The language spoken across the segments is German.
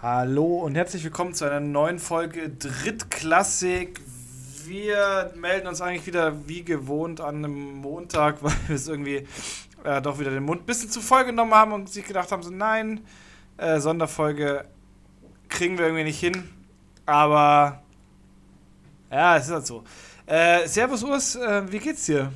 Hallo und herzlich willkommen zu einer neuen Folge Drittklassik. Wir melden uns eigentlich wieder wie gewohnt an einem Montag, weil wir es irgendwie doch wieder den Mund ein bisschen zu voll genommen haben und sich gedacht haben, so nein, Sonderfolge kriegen wir irgendwie nicht hin. Aber ja, es ist halt so. Servus Urs, wie geht's dir?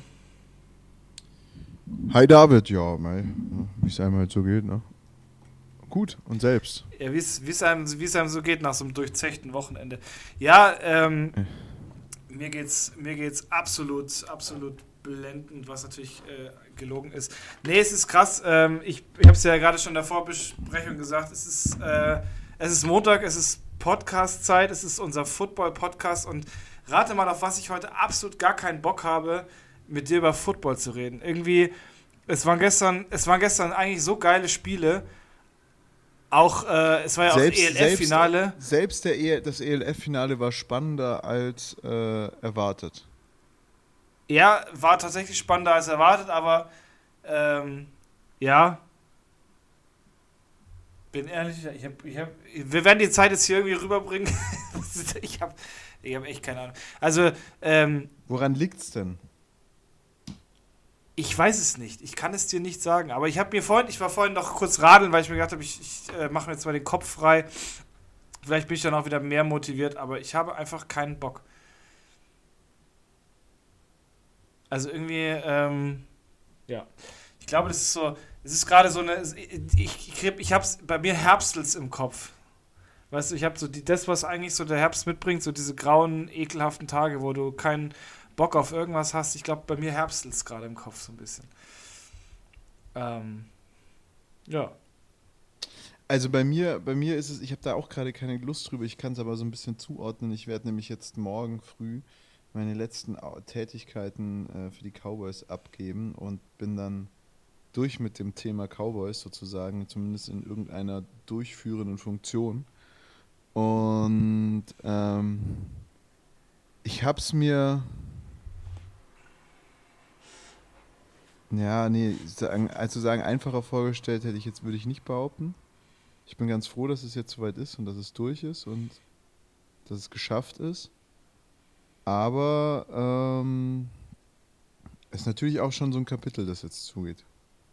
Hi David, ja, mei, wie es einem halt so geht, ne? Gut, und selbst. Ja, wie es einem so geht nach so einem durchzechten Wochenende. Ja, Äh, mir geht's absolut blendend, was natürlich gelogen ist. Nee, es ist krass. Ich habe es ja gerade schon in der Vorbesprechung gesagt. Es ist Montag, es ist Podcast-Zeit, es ist unser Football-Podcast und rate mal, auf was ich heute absolut gar keinen Bock habe, mit dir über Football zu reden. Irgendwie, es waren gestern eigentlich so geile Spiele. Auch, es war ja auch Selbst, selbst, ELF-Finale. das ELF-Finale war spannender als erwartet. Ja, war tatsächlich spannender als erwartet, aber ja, bin ehrlich, wir werden die Zeit jetzt hier irgendwie rüberbringen. ich habe ich hab echt keine Ahnung. Also, Woran liegt's denn? ich weiß es nicht. Ich kann es dir nicht sagen. Aber ich war vorhin noch kurz radeln, weil ich mir gedacht habe, ich mache mir jetzt mal den Kopf frei. Vielleicht bin ich dann auch wieder mehr motiviert, aber ich habe einfach keinen Bock. Also irgendwie, ja. Ich glaube, das ist so, es ist gerade so eine, ich hab's, bei mir herbstelt's im Kopf. Weißt du, ich habe so das, was eigentlich so der Herbst mitbringt, so diese grauen, ekelhaften Tage, wo du keinen Bock auf irgendwas hast. Ich glaube, bei mir herbstelt's gerade im Kopf so ein bisschen. Ähm, ja. Also bei mir ist es, ich habe da auch gerade keine Lust drüber, ich kann es aber so ein bisschen zuordnen. Ich werde nämlich jetzt morgen früh meine letzten Tätigkeiten für die Cowboys abgeben und bin dann durch mit dem Thema Cowboys sozusagen, zumindest in irgendeiner durchführenden Funktion. Und ich habe es mir, ja, nee, also sagen, einfacher vorgestellt hätte ich jetzt, würde ich nicht behaupten. Ich bin ganz froh, dass es jetzt soweit ist und dass es durch ist und dass es geschafft ist. Aber es ist natürlich auch schon so ein Kapitel, das jetzt zugeht.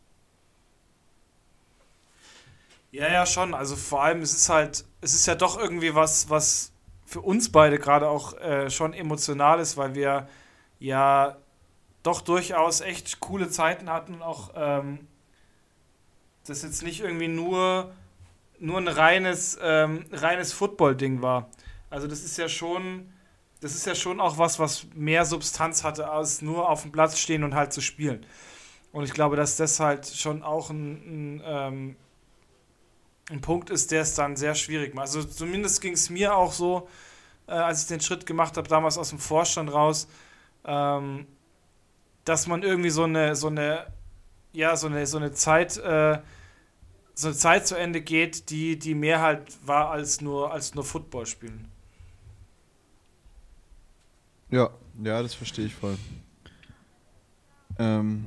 Ja, ja, schon. Also vor allem, es ist ja doch irgendwie was für uns beide gerade auch schon emotional ist, weil wir ja doch durchaus echt coole Zeiten hatten und auch das jetzt nicht irgendwie nur ein reines Football-Ding war. Also das ist ja schon auch was mehr Substanz hatte, als nur auf dem Platz stehen und halt zu spielen. Und ich glaube, dass das halt schon auch ein Punkt ist, der es dann sehr schwierig macht. Also zumindest ging es mir auch so, als ich den Schritt gemacht habe, damals aus dem Vorstand raus, ähm, dass man irgendwie so eine Zeit zu Ende geht, die mehr halt war als nur Football spielen. Ja, ja, das verstehe ich voll. Ähm,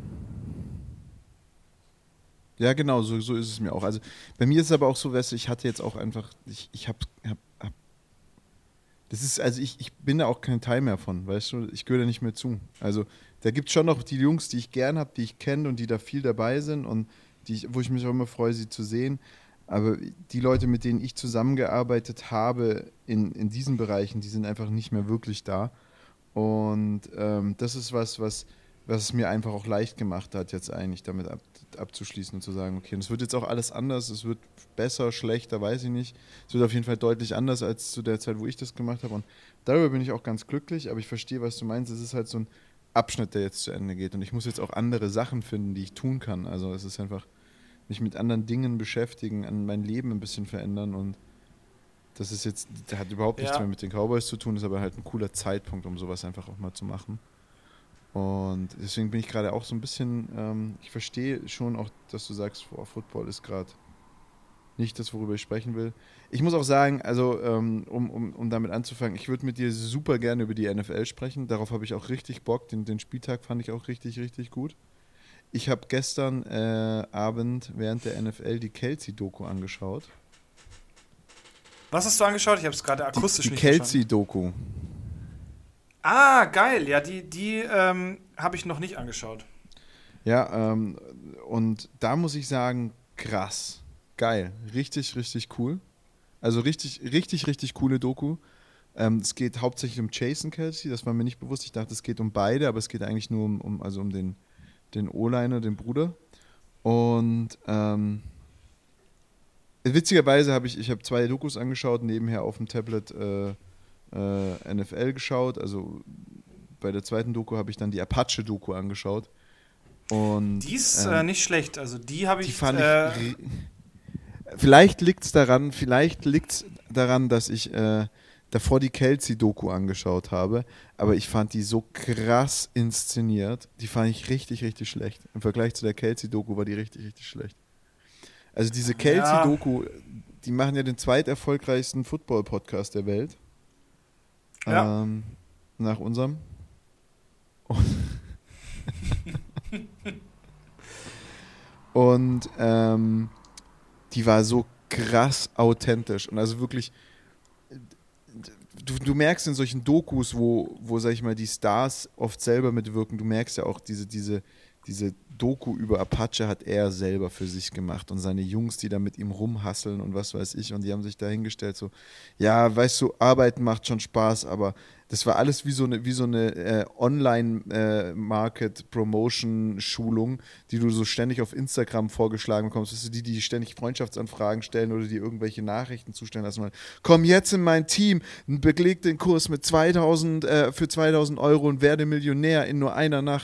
ja, genau, so ist es mir auch. Also bei mir ist es aber auch so, weißt du, ich hatte jetzt auch einfach, ich hab, das ist, also ich bin da auch kein Teil mehr von, weißt du, ich gehöre da nicht mehr zu. Also da gibt es schon noch die Jungs, die ich gern habe, die ich kenne und die da viel dabei sind und wo ich mich auch immer freue, sie zu sehen. Aber die Leute, mit denen ich zusammengearbeitet habe in diesen Bereichen, die sind einfach nicht mehr wirklich da. Und das ist was es mir einfach auch leicht gemacht hat, jetzt eigentlich damit abzuschließen und zu sagen, okay, und es wird jetzt auch alles anders, es wird besser, schlechter, weiß ich nicht. Es wird auf jeden Fall deutlich anders als zu der Zeit, wo ich das gemacht habe. Und darüber bin ich auch ganz glücklich, aber ich verstehe, was du meinst. Es ist halt so ein Abschnitt, der jetzt zu Ende geht. Und ich muss jetzt auch andere Sachen finden, die ich tun kann. Also es ist einfach mich mit anderen Dingen beschäftigen, an mein Leben ein bisschen verändern und das ist jetzt, der hat überhaupt nichts mehr Ja, mit den Cowboys zu tun, ist aber halt ein cooler Zeitpunkt, um sowas einfach auch mal zu machen. Und deswegen bin ich gerade auch so ein bisschen, ich verstehe schon auch, dass du sagst, boah, Football ist gerade nicht das, worüber ich sprechen will. Ich muss auch sagen, also um damit anzufangen, ich würde mit dir super gerne über die NFL sprechen. Darauf habe ich auch richtig Bock. Den Spieltag fand ich auch richtig, richtig gut. Ich habe gestern Abend während der NFL die Kelsey-Doku angeschaut. Was hast du angeschaut? Ich habe es gerade akustisch Die nicht verstanden. Kelsey-Doku. Ah, geil. Ja, die habe ich noch nicht angeschaut. Ja, und da muss ich sagen, krass. Geil. Richtig, richtig cool. Also richtig, richtig, richtig coole Doku. Es geht hauptsächlich um Jason Kelsey, das war mir nicht bewusst. Ich dachte, es geht um beide, aber es geht eigentlich nur um den O-Liner, den Bruder. Und witzigerweise habe ich habe 2 Dokus angeschaut, nebenher auf dem Tablet NFL geschaut. Also bei der zweiten Doku habe ich dann die Apache-Doku angeschaut. Und Die ist nicht schlecht. Also die habe die ich. fand ich. Vielleicht liegt es daran, dass ich davor die Kelsey-Doku angeschaut habe, aber ich fand die so krass inszeniert. Die fand ich richtig, richtig schlecht. Im Vergleich zu der Kelsey-Doku war die richtig, richtig schlecht. Also diese Kelsey-Doku, die machen ja den zweiterfolgreichsten Football-Podcast der Welt. Ja. Nach unserem. Und die war so krass authentisch. Und also wirklich, du merkst in solchen Dokus, wo, sag ich mal, die Stars oft selber mitwirken, du merkst ja auch diese Doku über Apache hat er selber für sich gemacht und seine Jungs, die da mit ihm rumhasseln und was weiß ich, und die haben sich da hingestellt so, ja, weißt du, Arbeiten macht schon Spaß, aber das war alles wie so eine Online-Market-Promotion-Schulung, die du so ständig auf Instagram vorgeschlagen bekommst. Das sind die ständig Freundschaftsanfragen stellen oder die irgendwelche Nachrichten zustellen lassen. Komm jetzt in mein Team, beleg den Kurs mit für 2.000 Euro und werde Millionär in nur einer Nacht.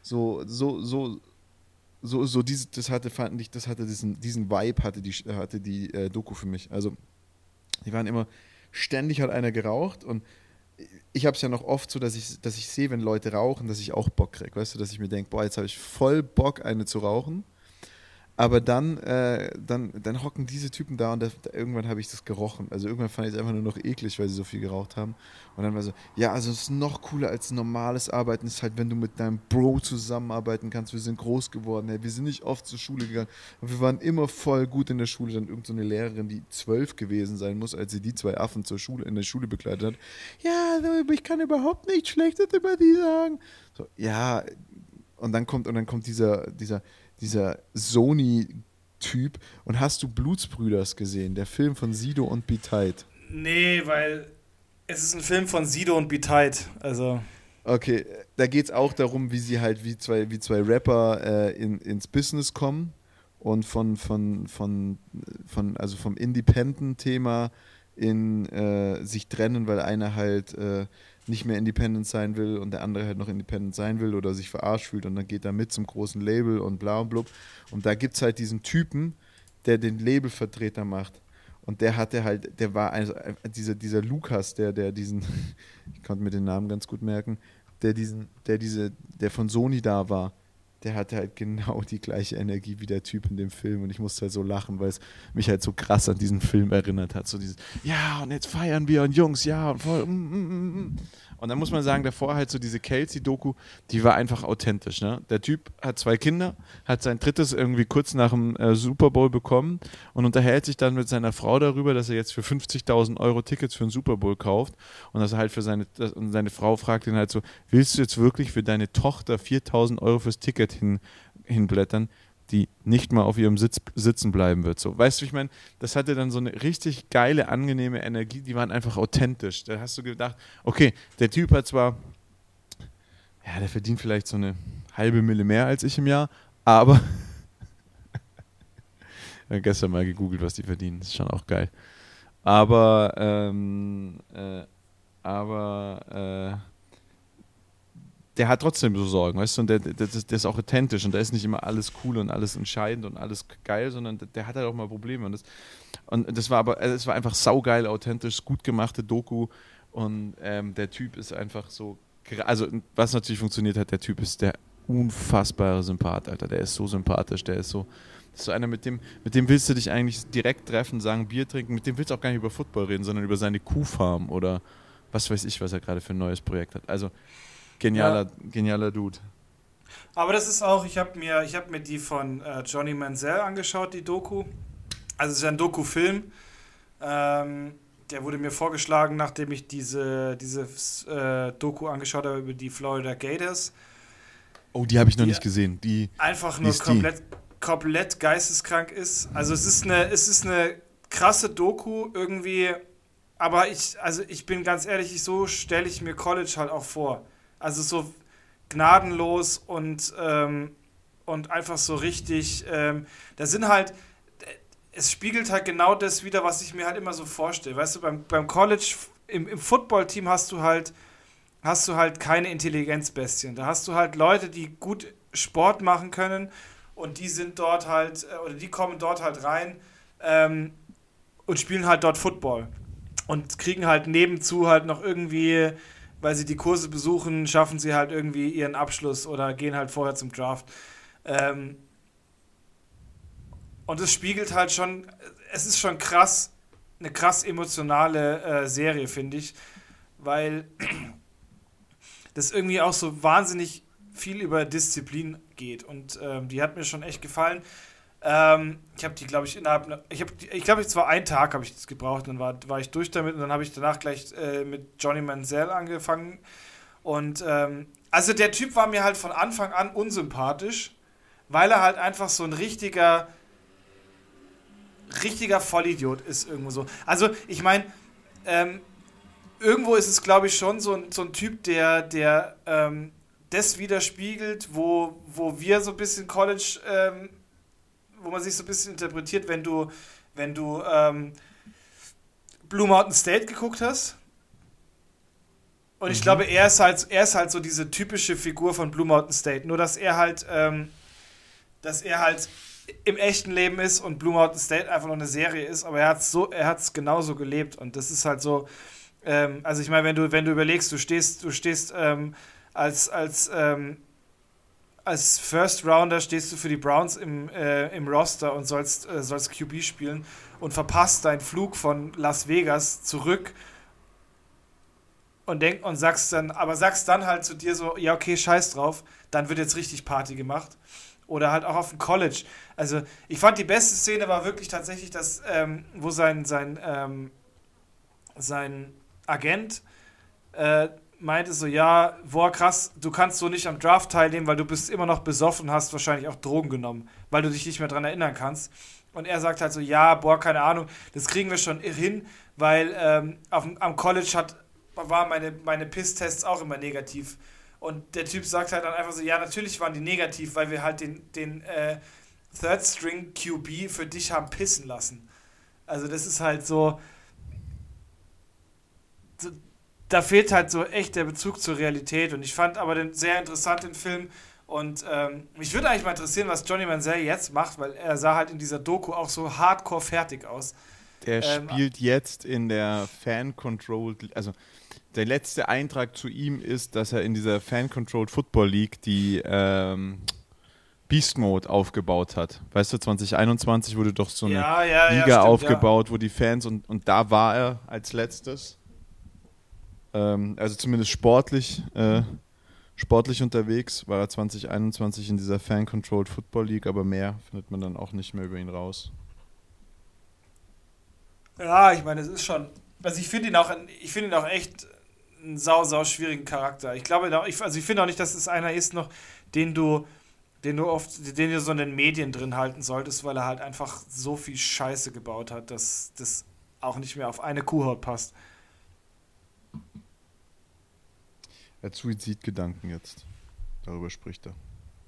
Diesen Vibe hatte die Doku für mich. Also, die waren immer, ständig hat einer geraucht und ich habe es ja noch oft so, dass ich sehe, wenn Leute rauchen, dass ich auch Bock kriege. Weißt du, dass ich mir denke, boah, jetzt habe ich voll Bock, eine zu rauchen. Aber dann hocken diese Typen da und irgendwann habe ich das gerochen. Also irgendwann fand ich es einfach nur noch eklig, weil sie so viel geraucht haben. Und dann war so, ja, also es ist noch cooler als normales Arbeiten, ist halt, wenn du mit deinem Bro zusammenarbeiten kannst. Wir sind groß geworden, hey. Wir sind nicht oft zur Schule gegangen. Und wir waren immer voll gut in der Schule. Dann irgend so eine Lehrerin, die 12 gewesen sein muss, als sie die 2 Affen in der Schule begleitet hat. Ja, ich kann überhaupt nichts Schlechtes über die sagen. So, ja, und dann kommt dieser Sony-Typ. Und hast du Blutsbrüders gesehen? Der Film von Sido und Beteid. Nee, weil es ist ein Film von Sido und Beteid. Also. Okay, da geht es auch darum, wie sie halt wie zwei Rapper ins Business kommen und vom Independent-Thema in sich trennen, weil einer halt nicht mehr independent sein will und der andere halt noch independent sein will oder sich verarscht fühlt und dann geht er mit zum großen Label und bla und blub. Und da gibt es halt diesen Typen, der den Labelvertreter macht. Und der war dieser Lukas, der diesen, ich konnte mir den Namen ganz gut merken, der von Sony da war, der hatte halt genau die gleiche Energie wie der Typ in dem Film und ich musste halt so lachen, weil es mich halt so krass an diesen Film erinnert hat. So dieses, ja, und jetzt feiern wir und Jungs, ja, und voll. Und dann muss man sagen, davor halt so diese Kelsey-Doku, die war einfach authentisch. Ne? Der Typ hat 2 Kinder, hat sein 3. irgendwie kurz nach dem Super Bowl bekommen und unterhält sich dann mit seiner Frau darüber, dass er jetzt für 50.000 Euro Tickets für den Super Bowl kauft und dass er halt und seine Frau fragt ihn halt so, willst du jetzt wirklich für deine Tochter 4.000 Euro fürs Ticket hinblättern, die nicht mal auf ihrem Sitz sitzen bleiben wird. So, weißt du, ich meine, das hatte dann so eine richtig geile, angenehme Energie, die waren einfach authentisch. Da hast du gedacht, okay, der Typ hat zwar, ja, der verdient vielleicht so eine halbe Mille mehr als ich im Jahr, aber ich habe gestern mal gegoogelt, was die verdienen, das ist schon auch geil. Aber der hat trotzdem so Sorgen, weißt du, und der ist auch authentisch und da ist nicht immer alles cool und alles entscheidend und alles geil, sondern der hat halt auch mal Probleme und das war aber, es war einfach saugeil, authentisch, gut gemachte Doku und der Typ ist einfach so, also was natürlich funktioniert hat, der Typ ist der unfassbare Sympath, Alter, der ist so sympathisch, das ist so einer, mit dem willst du dich eigentlich direkt treffen, sagen, Bier trinken, mit dem willst du auch gar nicht über Football reden, sondern über seine Kuhfarm oder was weiß ich, was er gerade für ein neues Projekt hat, also genialer Dude. Aber das ist auch, ich hab mir die von Johnny Manziel angeschaut, die Doku. Also es ist ja ein Doku-Film. Der wurde mir vorgeschlagen, nachdem ich diese Doku angeschaut habe über die Florida Gators. Oh, die habe ich noch nicht gesehen. Einfach nur komplett geisteskrank ist. Also es ist eine krasse Doku irgendwie, aber ich bin ganz ehrlich, so stelle ich mir College halt auch vor. Also so gnadenlos und einfach so richtig, da sind halt, es spiegelt halt genau das wider, was ich mir halt immer so vorstelle. Weißt du, beim College, im Football-Team hast du halt keine Intelligenzbestien. Da hast du halt Leute, die gut Sport machen können und die sind dort halt, oder die kommen dort halt rein und spielen halt dort Football. Und kriegen halt nebenzu halt noch irgendwie, weil sie die Kurse besuchen, schaffen sie halt irgendwie ihren Abschluss oder gehen halt vorher zum Draft. Und es spiegelt halt schon, es ist schon krass, eine krass emotionale Serie, finde ich, weil das irgendwie auch so wahnsinnig viel über Disziplin geht und die hat mir schon echt gefallen. Ich habe die, glaube ich, es war ein Tag, habe ich das gebraucht, dann war ich durch damit und dann habe ich danach gleich mit Johnny Manziel angefangen und also der Typ war mir halt von Anfang an unsympathisch, weil er halt einfach so ein richtiger Vollidiot ist irgendwo so. Also ich meine, irgendwo ist es, glaube ich, schon so ein Typ, der das widerspiegelt, wo wir so ein bisschen College, wo man sich so ein bisschen interpretiert, wenn du Blue Mountain State geguckt hast. Und ich glaube, er ist halt so diese typische Figur von Blue Mountain State. Nur, dass er halt im echten Leben ist und Blue Mountain State einfach nur eine Serie ist, aber er hat's genauso gelebt und das ist halt so, also ich meine, wenn du überlegst, du stehst als First Rounder stehst du für die Browns im Roster und sollst QB spielen und verpasst deinen Flug von Las Vegas zurück und sagst dann halt zu dir so, ja okay, scheiß drauf, dann wird jetzt richtig Party gemacht. Oder halt auch auf dem College. Also ich fand, die beste Szene war wirklich tatsächlich das, wo sein Agent meinte so, ja, boah krass, du kannst so nicht am Draft teilnehmen, weil du bist immer noch besoffen und hast wahrscheinlich auch Drogen genommen, weil du dich nicht mehr dran erinnern kannst. Und er sagt halt so, ja, boah, keine Ahnung, das kriegen wir schon hin, weil am College waren meine Piss-Tests auch immer negativ. Und der Typ sagt halt dann einfach so, ja, natürlich waren die negativ, weil wir halt den Third-String QB für dich haben pissen lassen. Also das ist halt so, da fehlt halt so echt der Bezug zur Realität. Und ich fand aber den sehr interessant, den Film. Und mich würde eigentlich mal interessieren, was Johnny Manziel jetzt macht, weil er sah halt in dieser Doku auch so hardcore fertig aus. Der spielt jetzt in der Fan-Controlled, also der letzte Eintrag zu ihm ist, dass er in dieser Fan-Controlled Football League die Beast Mode aufgebaut hat. Weißt du, 2021 wurde doch so eine Liga stimmt, aufgebaut, wo die Fans und da war er als letztes. Also zumindest sportlich unterwegs war er 2021 in dieser Fan-Controlled Football League, aber mehr findet man dann auch nicht mehr über ihn raus. Ja, ich meine, es ist schon, also ich finde ihn auch echt einen sau schwierigen Charakter. Ich glaube, ich finde auch nicht, dass es einer ist noch, den du so in den Medien drin halten solltest, weil er halt einfach so viel Scheiße gebaut hat, dass das auch nicht mehr auf eine Kuhhaut passt. Er hat Suizidgedanken jetzt. Darüber spricht er.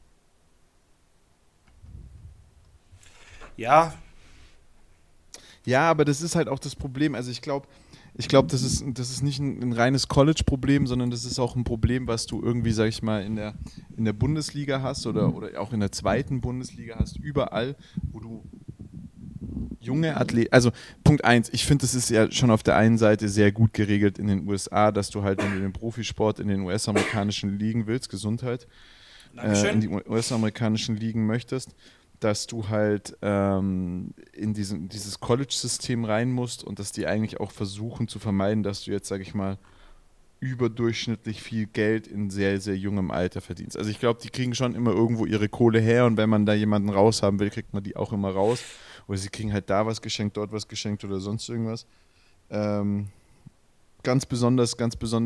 Ja. Ja, aber das ist halt auch das Problem. Also ich glaube, das ist nicht ein reines College-Problem, sondern das ist auch ein Problem, was du irgendwie, sag ich mal, in der Bundesliga hast oder auch in der zweiten Bundesliga hast, überall, wo du junge Athleten, also Punkt 1, ich finde, das ist ja schon auf der einen Seite sehr gut geregelt in den USA, dass du halt, wenn du den Profisport in den US-amerikanischen Ligen willst, Gesundheit, in die US-amerikanischen Ligen möchtest, dass du halt in dieses College-System rein musst und dass die eigentlich auch versuchen zu vermeiden, dass du jetzt, sag ich mal, überdurchschnittlich viel Geld in sehr, sehr jungem Alter verdienst. Also ich glaube, die kriegen schon immer irgendwo ihre Kohle her und wenn man da jemanden raushaben will, kriegt man die auch immer raus. Oder sie kriegen halt da was geschenkt, dort was geschenkt oder sonst irgendwas. Ganz besonders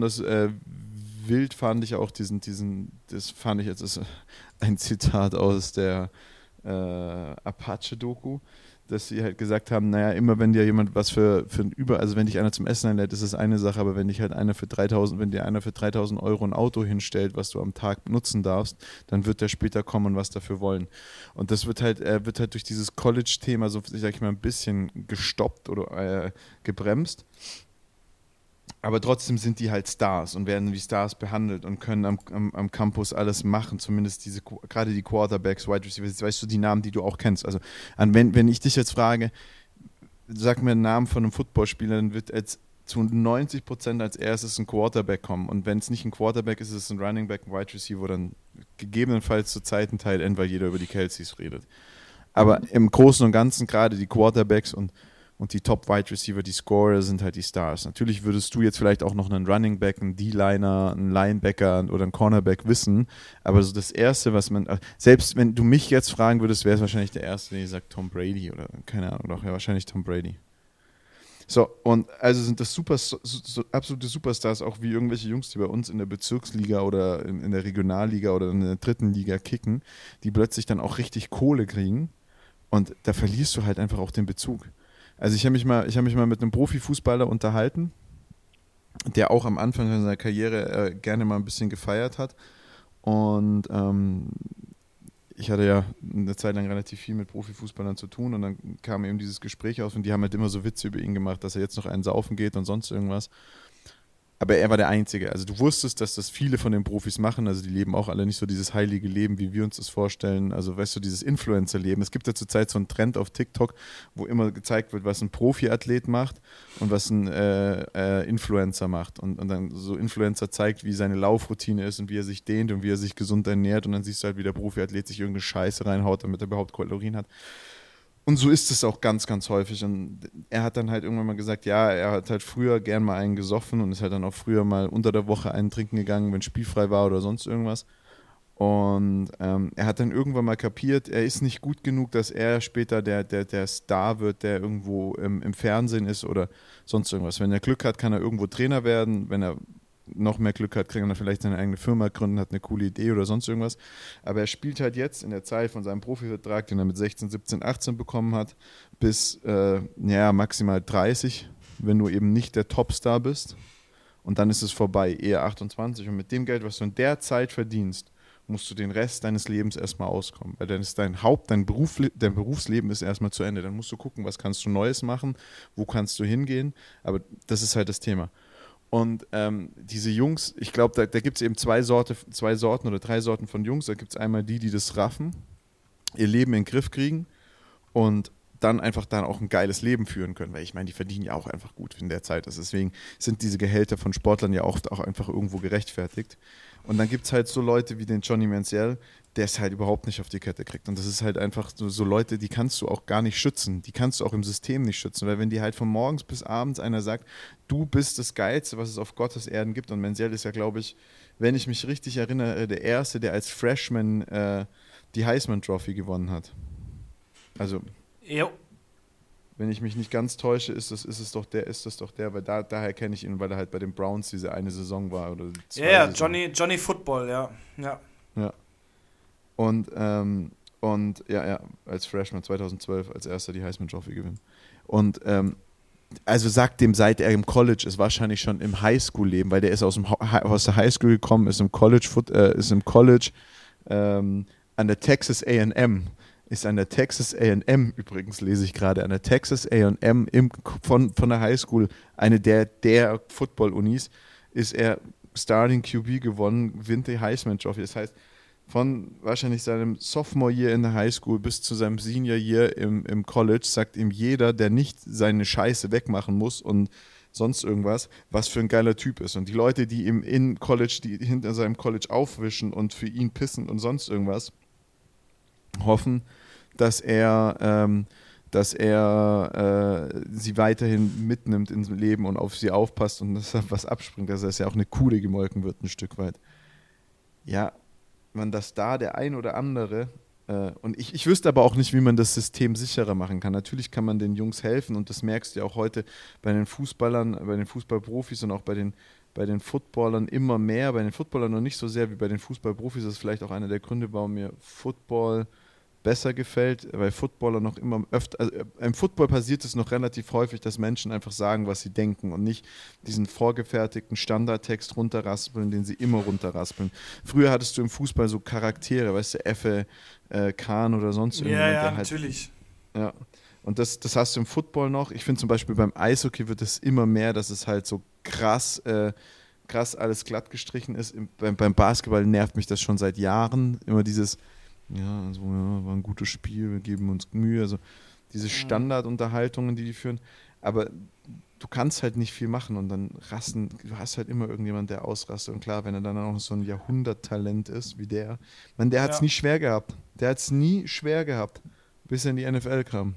wild fand ich auch das fand ich jetzt ist ein Zitat aus der Apache-Doku, dass sie halt gesagt haben, naja, immer wenn dir jemand was also wenn dich einer zum Essen einlädt, ist das eine Sache, aber wenn dich halt wenn dir einer für 3.000 Euro ein Auto hinstellt, was du am Tag nutzen darfst, dann wird der später kommen und was dafür wollen. Und das wird halt durch dieses College-Thema so, sag ich mal, ein bisschen gestoppt oder gebremst. Aber trotzdem sind die halt Stars und werden wie Stars behandelt und können am Campus alles machen. Zumindest gerade die Quarterbacks, Wide Receivers, weißt du, die Namen, die du auch kennst. Also wenn ich dich jetzt frage, sag mir einen Namen von einem Footballspieler, dann wird jetzt zu 90% als erstes ein Quarterback kommen. Und wenn es nicht ein Quarterback ist, ist es ein Running Back, ein Wide Receiver oder dann gegebenenfalls zur Zeit ein Tight End, weil jeder über die Kelce's redet. Aber im Großen und Ganzen gerade die Quarterbacks und die Top-Wide Receiver, die Scorer, sind halt die Stars. Natürlich würdest du jetzt vielleicht auch noch einen Running Back, einen D-Liner, einen Linebacker oder einen Cornerback wissen, aber so das Erste, was selbst wenn du mich jetzt fragen würdest, wäre es wahrscheinlich der Erste, der sagt Tom Brady oder keine Ahnung, doch, ja, wahrscheinlich Tom Brady. So, und also sind das absolute Superstars, auch wie irgendwelche Jungs, die bei uns in der Bezirksliga oder in der Regionalliga oder in der dritten Liga kicken, die plötzlich dann auch richtig Kohle kriegen und da verlierst du halt einfach auch den Bezug. Also ich habe mich mal mit einem Profifußballer unterhalten, der auch am Anfang seiner Karriere gerne mal ein bisschen gefeiert hat. Und ich hatte ja eine Zeit lang relativ viel mit Profifußballern zu tun und dann kam eben dieses Gespräch auf und die haben halt immer so Witze über ihn gemacht, dass er jetzt noch einen saufen geht und sonst irgendwas. Aber er war der Einzige. Also du wusstest, dass das viele von den Profis machen. Also die leben auch alle nicht so dieses heilige Leben, wie wir uns das vorstellen. Also weißt du, dieses Influencer-Leben. Es gibt ja zurzeit so einen Trend auf TikTok, wo immer gezeigt wird, was ein Profiathlet macht und was ein Influencer macht. Und dann so Influencer zeigt, wie seine Laufroutine ist und wie er sich dehnt und wie er sich gesund ernährt. Und dann siehst du halt, wie der Profiathlet sich irgendeine Scheiße reinhaut, damit er überhaupt Kalorien hat. Und so ist es auch ganz, ganz häufig. Und er hat dann halt irgendwann mal gesagt, ja, er hat halt früher gern mal einen gesoffen und ist halt dann auch früher mal unter der Woche einen trinken gegangen, wenn spielfrei war oder sonst irgendwas. Und er hat dann irgendwann mal kapiert, er ist nicht gut genug, dass er später der Star wird, der irgendwo im Fernsehen ist oder sonst irgendwas. Wenn er Glück hat, kann er irgendwo Trainer werden. Wenn er noch mehr Glück hat, kann er vielleicht seine eigene Firma gründen, hat eine coole Idee oder sonst irgendwas. Aber er spielt halt jetzt in der Zeit von seinem Profivertrag, den er mit 16, 17, 18 bekommen hat, bis maximal 30, wenn du eben nicht der Topstar bist. Und dann ist es vorbei, eher 28. Und mit dem Geld, was du in der Zeit verdienst, musst du den Rest deines Lebens erstmal auskommen. Weil dann ist dein Berufsleben ist erstmal zu Ende. Dann musst du gucken, was kannst du Neues machen, wo kannst du hingehen. Aber das ist halt das Thema. Und diese Jungs, ich glaube, da gibt es eben zwei Sorten oder drei Sorten von Jungs. Da gibt es einmal die das raffen, ihr Leben in den Griff kriegen und dann einfach dann auch ein geiles Leben führen können. Weil ich meine, die verdienen ja auch einfach gut in der Zeit. Deswegen sind diese Gehälter von Sportlern ja oft auch einfach irgendwo gerechtfertigt. Und dann gibt es halt so Leute wie den Johnny Manziel, der es halt überhaupt nicht auf die Kette kriegt. Und das ist halt einfach so Leute, die kannst du auch gar nicht schützen. Die kannst du auch im System nicht schützen. Weil wenn dir halt von morgens bis abends einer sagt, du bist das Geilste, was es auf Gottes Erden gibt. Und Manziel ist ja, glaube ich, wenn ich mich richtig erinnere, der Erste, der als Freshman die Heisman Trophy gewonnen hat. Also, Jo. wenn ich mich nicht ganz täusche, ist das doch der, weil daher kenne ich ihn, weil er halt bei den Browns diese eine Saison war. Oder Ja, Johnny Football, ja. Ja. Ja. Und als Freshman 2012 als erster die Heisman Trophy gewinnen. Und also sagt dem, seit er im College ist, wahrscheinlich schon im Highschool-Leben, weil der ist aus der Highschool gekommen, ist im College an der Texas A&M. Ist an der Texas A&M, übrigens lese ich gerade, an der Texas A&M von der Highschool, eine der Football-Unis, ist er Starting QB gewonnen, gewinnt die Heisman Trophy. Das heißt, von wahrscheinlich seinem Sophomore-Year in der Highschool bis zu seinem Senior-Year im College sagt ihm jeder, der nicht seine Scheiße wegmachen muss und sonst irgendwas, was für ein geiler Typ ist. Und die Leute, die ihm in College, die hinter seinem College aufwischen und für ihn pissen und sonst irgendwas, hoffen, dass er sie weiterhin mitnimmt ins Leben und auf sie aufpasst und dass er was abspringt, dass er ja auch eine Kuh gemolken wird, ein Stück weit. Ja, dass da der ein oder andere Und ich wüsste aber auch nicht, wie man das System sicherer machen kann. Natürlich kann man den Jungs helfen und das merkst du ja auch heute bei den Fußballern, bei den Fußballprofis und auch bei den Footballern immer mehr. Bei den Footballern noch nicht so sehr wie bei den Fußballprofis. Das ist vielleicht auch einer der Gründe, warum mir Football besser gefällt, weil Footballer noch immer öfter, also im Football passiert es noch relativ häufig, dass Menschen einfach sagen, was sie denken und nicht diesen vorgefertigten Standardtext runterraspeln, den sie immer runterraspeln. Früher hattest du im Fußball so Charaktere, weißt du, Effe, Kahn oder sonst irgendjemand. Ja, der natürlich. Ja, und das hast du im Football noch. Ich finde zum Beispiel beim Eishockey wird es immer mehr, dass es halt so krass alles glatt gestrichen ist. Beim Basketball nervt mich das schon seit Jahren. Immer dieses, ja, also, ja, war ein gutes Spiel, wir geben uns Mühe. Also diese Standardunterhaltungen, die führen. Aber du kannst halt nicht viel machen und dann du hast halt immer irgendjemand, der ausrastet. Und klar, wenn er dann auch noch so ein Jahrhunderttalent ist wie der, der hat es nie schwer gehabt. Der hat es nie schwer gehabt, bis er in die NFL kam.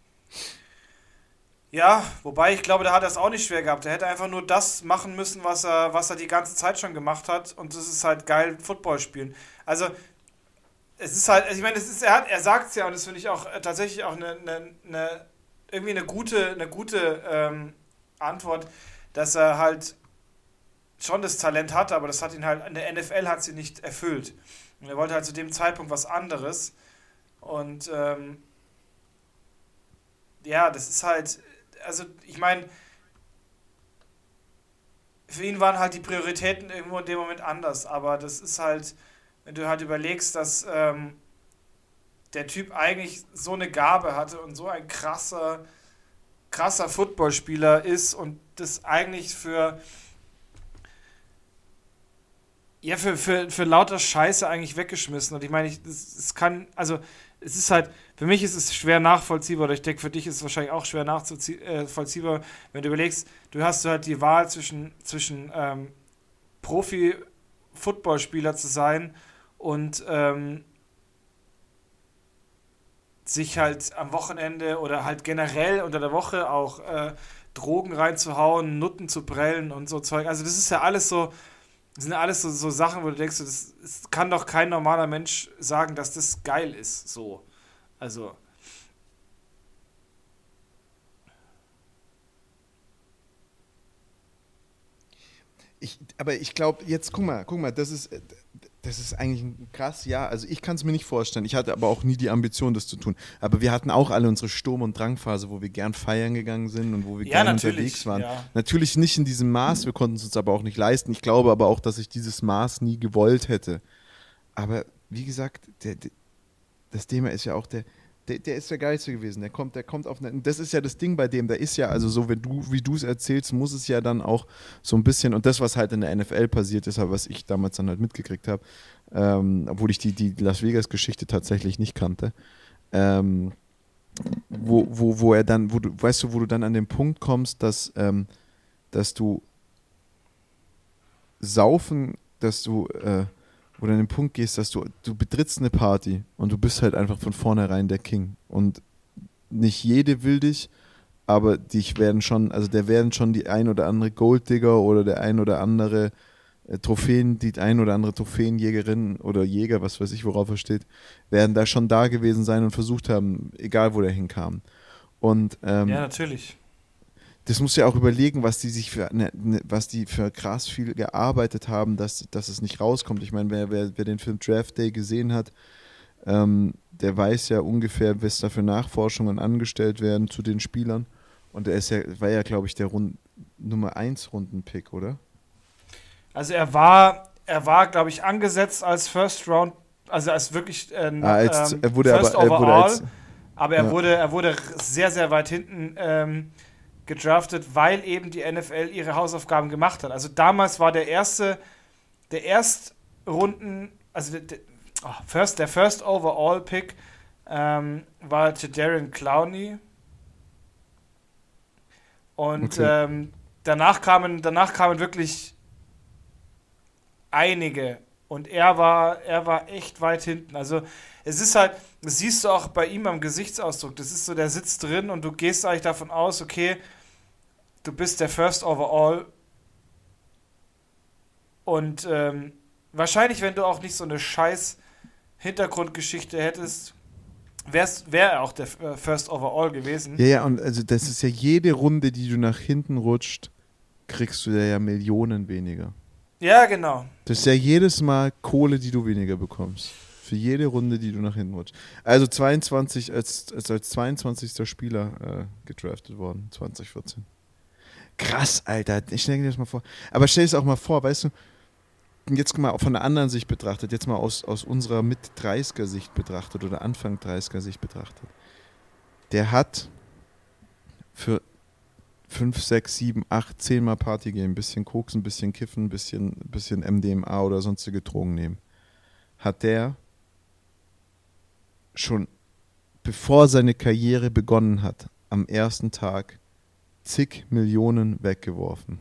Ja, wobei ich glaube, da hat er es auch nicht schwer gehabt. Er hätte einfach nur das machen müssen, was er die ganze Zeit schon gemacht hat. Und das ist halt geil, Football spielen. Also, es ist halt, ich meine, er sagt es ja, und das finde ich auch tatsächlich auch irgendwie eine gute Antwort, dass er halt schon das Talent hatte, aber das hat ihn halt, in der NFL hat sie nicht erfüllt. Und er wollte halt zu dem Zeitpunkt was anderes. Und ja, das ist halt, also ich meine, für ihn waren halt die Prioritäten irgendwo in dem Moment anders, aber das ist halt, wenn du halt überlegst, dass der Typ eigentlich so eine Gabe hatte und so ein krasser Footballspieler ist und das eigentlich für lauter Scheiße eigentlich weggeschmissen. Und ich meine, es kann, also es ist halt, für mich ist es schwer nachvollziehbar, oder ich denke, für dich ist es wahrscheinlich auch schwer nachvollziehbar, wenn du überlegst, du hast halt die Wahl zwischen Profi-Footballspieler zu sein und sich halt am Wochenende oder halt generell unter der Woche auch Drogen reinzuhauen, Nutten zu prellen und so Zeug. Also das ist ja alles so, das sind ja alles so Sachen, wo du denkst, das kann doch kein normaler Mensch sagen, dass das geil ist. So. Also. Aber ich glaube, jetzt guck mal, das ist eigentlich krass, ja. Also ich kann es mir nicht vorstellen. Ich hatte aber auch nie die Ambition, das zu tun. Aber wir hatten auch alle unsere Sturm- und Drangphase, wo wir gern feiern gegangen sind und wo wir gern unterwegs waren. Ja. Natürlich nicht in diesem Maß, wir konnten es uns aber auch nicht leisten. Ich glaube aber auch, dass ich dieses Maß nie gewollt hätte. Aber wie gesagt, das Thema ist ja auch der ist der Geilste gewesen. Der kommt auf eine. Das ist ja das Ding bei dem. Der ist ja, also so, wie du es erzählst, muss es ja dann auch so ein bisschen, und das, was halt in der NFL passiert ist, aber was ich damals dann halt mitgekriegt habe, obwohl ich die Las Vegas-Geschichte tatsächlich nicht kannte, wo er dann, weißt du, wo du dann an den Punkt kommst, dass du saufen, wo du an den Punkt gehst, dass du betrittst eine Party und du bist halt einfach von vornherein der King. Und nicht jede will dich, aber der werden schon die ein oder andere Golddigger oder der ein oder andere die ein oder andere Trophäenjägerin oder Jäger, was weiß ich, worauf er steht, werden da schon da gewesen sein und versucht haben, egal wo der hinkam. Und ja, natürlich. das musst du ja auch überlegen, was die für krass viel gearbeitet haben, dass es nicht rauskommt. Ich meine, wer den Film Draft Day gesehen hat, der weiß ja ungefähr, was da für Nachforschungen angestellt werden zu den Spielern. Und war ja, glaube ich, der Nummer 1 Rundenpick, oder? Also er war, glaube ich, angesetzt als First Round, also als wirklich First Overall, aber er wurde sehr, sehr weit hinten gedraftet, weil eben die NFL ihre Hausaufgaben gemacht hat. Also damals war der Erstrunden, also der First Overall Pick war Jadeveon Clowney. Und okay. Danach kamen wirklich einige. Und er war echt weit hinten. Also es ist halt, das siehst du auch bei ihm am Gesichtsausdruck. Das ist so, der sitzt drin und du gehst eigentlich davon aus, okay, du bist der First Overall. Und wahrscheinlich, wenn du auch nicht so eine scheiß Hintergrundgeschichte hättest, wäre er auch der First Overall gewesen. Ja, und also das ist ja jede Runde, die du nach hinten rutscht, kriegst du ja Millionen weniger. Ja, genau. Das ist ja jedes Mal Kohle, die du weniger bekommst. Für jede Runde, die du nach hinten rutscht. Also 22 als 22. Spieler gedraftet worden, 2014. Krass, Alter. Ich stelle dir das mal vor. Aber stell es auch mal vor, weißt du, jetzt mal von der anderen Sicht betrachtet, jetzt mal aus unserer Mit-30er-Sicht betrachtet oder Anfang 30er-Sicht betrachtet. Der hat für 5, 6, 7, 8, 10 Mal Party gehen, ein bisschen Koks, ein bisschen Kiffen, ein bisschen MDMA oder sonstige Drogen nehmen. Hat der schon bevor seine Karriere begonnen hat, am ersten Tag zig Millionen weggeworfen.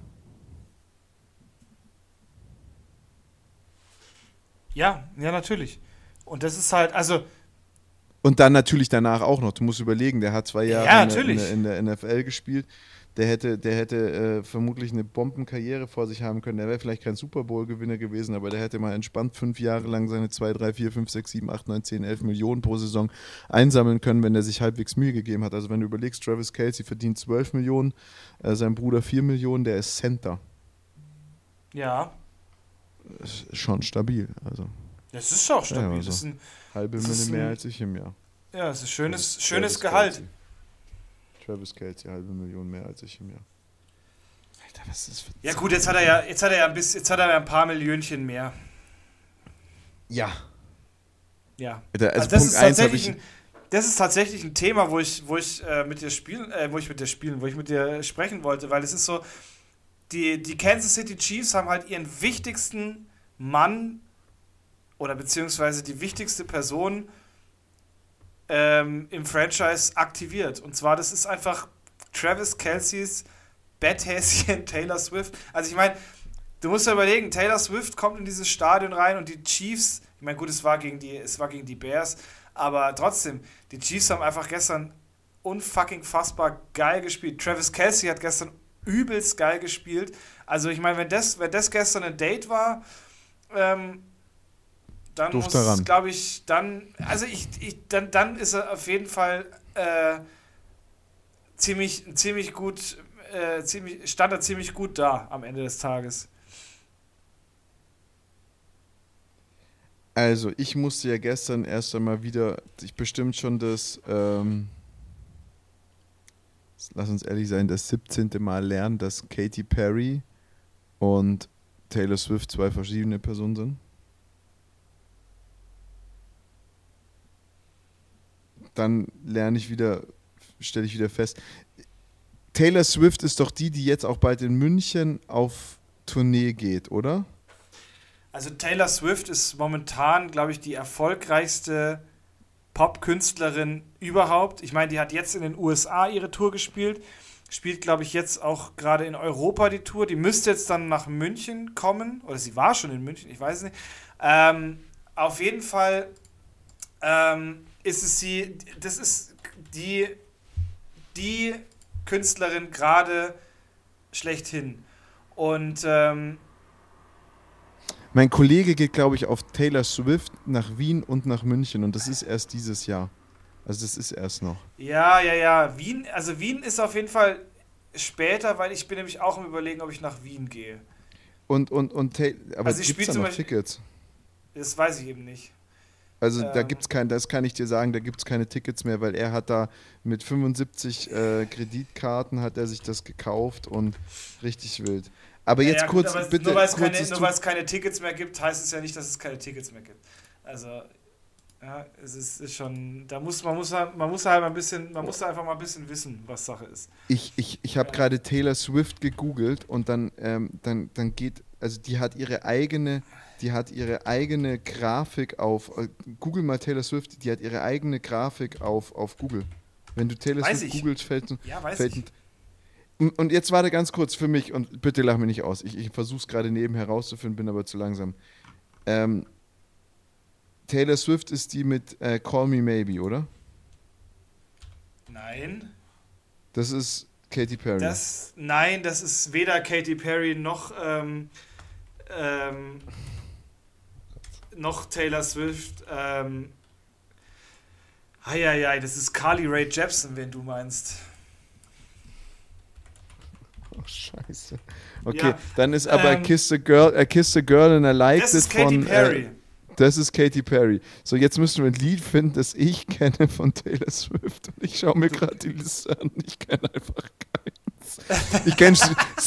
Ja, natürlich. Und das ist halt, also. Und dann natürlich danach auch noch. Du musst überlegen, der hat 2 Jahre in der NFL gespielt. Der hätte vermutlich eine Bombenkarriere vor sich haben können. Der wäre vielleicht kein Super Bowl-Gewinner gewesen, aber der hätte mal entspannt 5 Jahre lang seine 2, 3, 4, 5, 6, 7, 8, 9, 10, 11 Millionen pro Saison einsammeln können, wenn der sich halbwegs Mühe gegeben hat. Also wenn du überlegst, Travis Kelce verdient 12 Millionen, sein Bruder 4 Millionen, der ist Center. Ja. Ist schon stabil. Also. Das ist auch stabil. Ja, also das ist ein, halbe Million mehr als ich im Jahr. Ja, das ist schönes Gehalt. Travis Kelce, halbe Million mehr als ich im Jahr. Alter, was ist das für Ja gut, jetzt hat er ja ein paar Millionchen mehr. Ja. Ja. Alter, also Punkt 1 habe ich. Das ist tatsächlich ein Thema, wo ich mit dir sprechen wollte, weil es ist so, die Kansas City Chiefs haben halt ihren wichtigsten Mann oder beziehungsweise die wichtigste Person im Franchise aktiviert. Und zwar, das ist einfach Travis Kelce's Betthäschen Taylor Swift. Also ich meine, du musst ja überlegen, Taylor Swift kommt in dieses Stadion rein und die Chiefs, ich meine gut, es war gegen die Bears, aber trotzdem, die Chiefs haben einfach gestern unfucking fassbar geil gespielt. Travis Kelce hat gestern übelst geil gespielt. Also ich meine, wenn das gestern ein Date war, dann muss, glaube ich, dann ist er auf jeden Fall ziemlich gut, stand er ziemlich gut da am Ende des Tages. Also, ich musste ja gestern erst einmal wieder, ich bestimmt schon lass uns ehrlich sein, das 17. Mal lernen, dass Katy Perry und Taylor Swift 2 verschiedene Personen sind. Dann stelle ich wieder fest, Taylor Swift ist doch die jetzt auch bald in München auf Tournee geht, oder? Also Taylor Swift ist momentan, glaube ich, die erfolgreichste Popkünstlerin überhaupt. Ich meine, die hat jetzt in den USA ihre Tour gespielt, spielt, glaube ich, jetzt auch gerade in Europa die Tour. Die müsste jetzt dann nach München kommen, oder sie war schon in München, ich weiß es nicht. Auf jeden Fall ist es das ist die Künstlerin gerade schlechthin. Und mein Kollege geht, glaube ich, auf Taylor Swift nach Wien und nach München und das ist erst dieses Jahr. Also das ist erst noch. Ja. Wien ist auf jeden Fall später, weil ich bin nämlich auch im Überlegen, ob ich nach Wien gehe. Aber also gibt es da noch Tickets? Das weiß ich eben nicht. Also da gibt's das kann ich dir sagen, da gibt es keine Tickets mehr, weil er hat da mit 75 Kreditkarten hat er sich das gekauft und richtig wild. Aber jetzt kurz, gut, aber bitte. Nur weil es keine Tickets mehr gibt, heißt es ja nicht, dass es keine Tickets mehr gibt. Also, ja, es ist schon, man muss einfach mal ein bisschen wissen, was Sache ist. Ich habe gerade Taylor Swift gegoogelt und dann geht, also die hat ihre eigene Grafik auf, Google mal Taylor Swift, die hat ihre eigene Grafik auf Google. Wenn du Taylor Swift googelst, fällt und jetzt warte ganz kurz für mich und bitte lach mich nicht aus. Ich versuche es gerade nebenher herauszufinden, bin aber zu langsam. Taylor Swift ist die mit Call Me Maybe, oder? Nein. Das ist Katy Perry. Nein, das ist weder Katy Perry noch noch Taylor Swift. Das ist Carly Rae Jepsen, wen du meinst. Oh, scheiße. Okay, dann ist aber Kiss the Girl and I Liked Das It ist Katy Perry. Das ist Katy Perry. So, jetzt müssen wir ein Lied finden, das ich kenne von Taylor Swift. Und ich schaue mir gerade die Liste an. Ich kenne einfach keins. Ich kenne...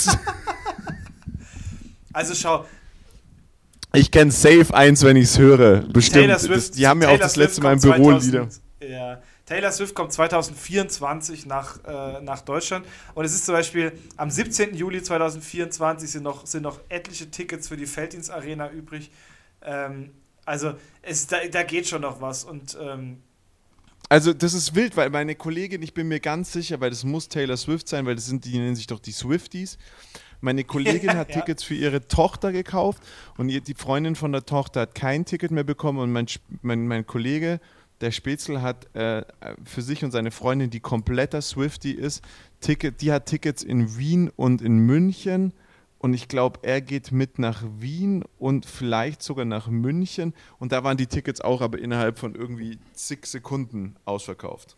Also schau. Ich kenne safe eins, wenn ich es höre. Bestimmt. Taylor Swift, die haben ja auch das letzte Mal im Büro Lieder. Ja. Taylor Swift kommt 2024 nach Deutschland. Und es ist zum Beispiel am 17. Juli 2024 sind noch etliche Tickets für die Felddienst Arena übrig. Also da geht schon noch was. Und also das ist wild, weil meine Kollegin, ich bin mir ganz sicher, weil das muss Taylor Swift sein, weil die nennen sich doch die Swifties. Meine Kollegin hat Tickets für ihre Tochter gekauft und die Freundin von der Tochter hat kein Ticket mehr bekommen und mein Kollege, der Spätzl, hat für sich und seine Freundin, die kompletter Swiftie ist, die hat Tickets in Wien und in München. Und ich glaube, er geht mit nach Wien und vielleicht sogar nach München. Und da waren die Tickets auch aber innerhalb von irgendwie zig Sekunden ausverkauft.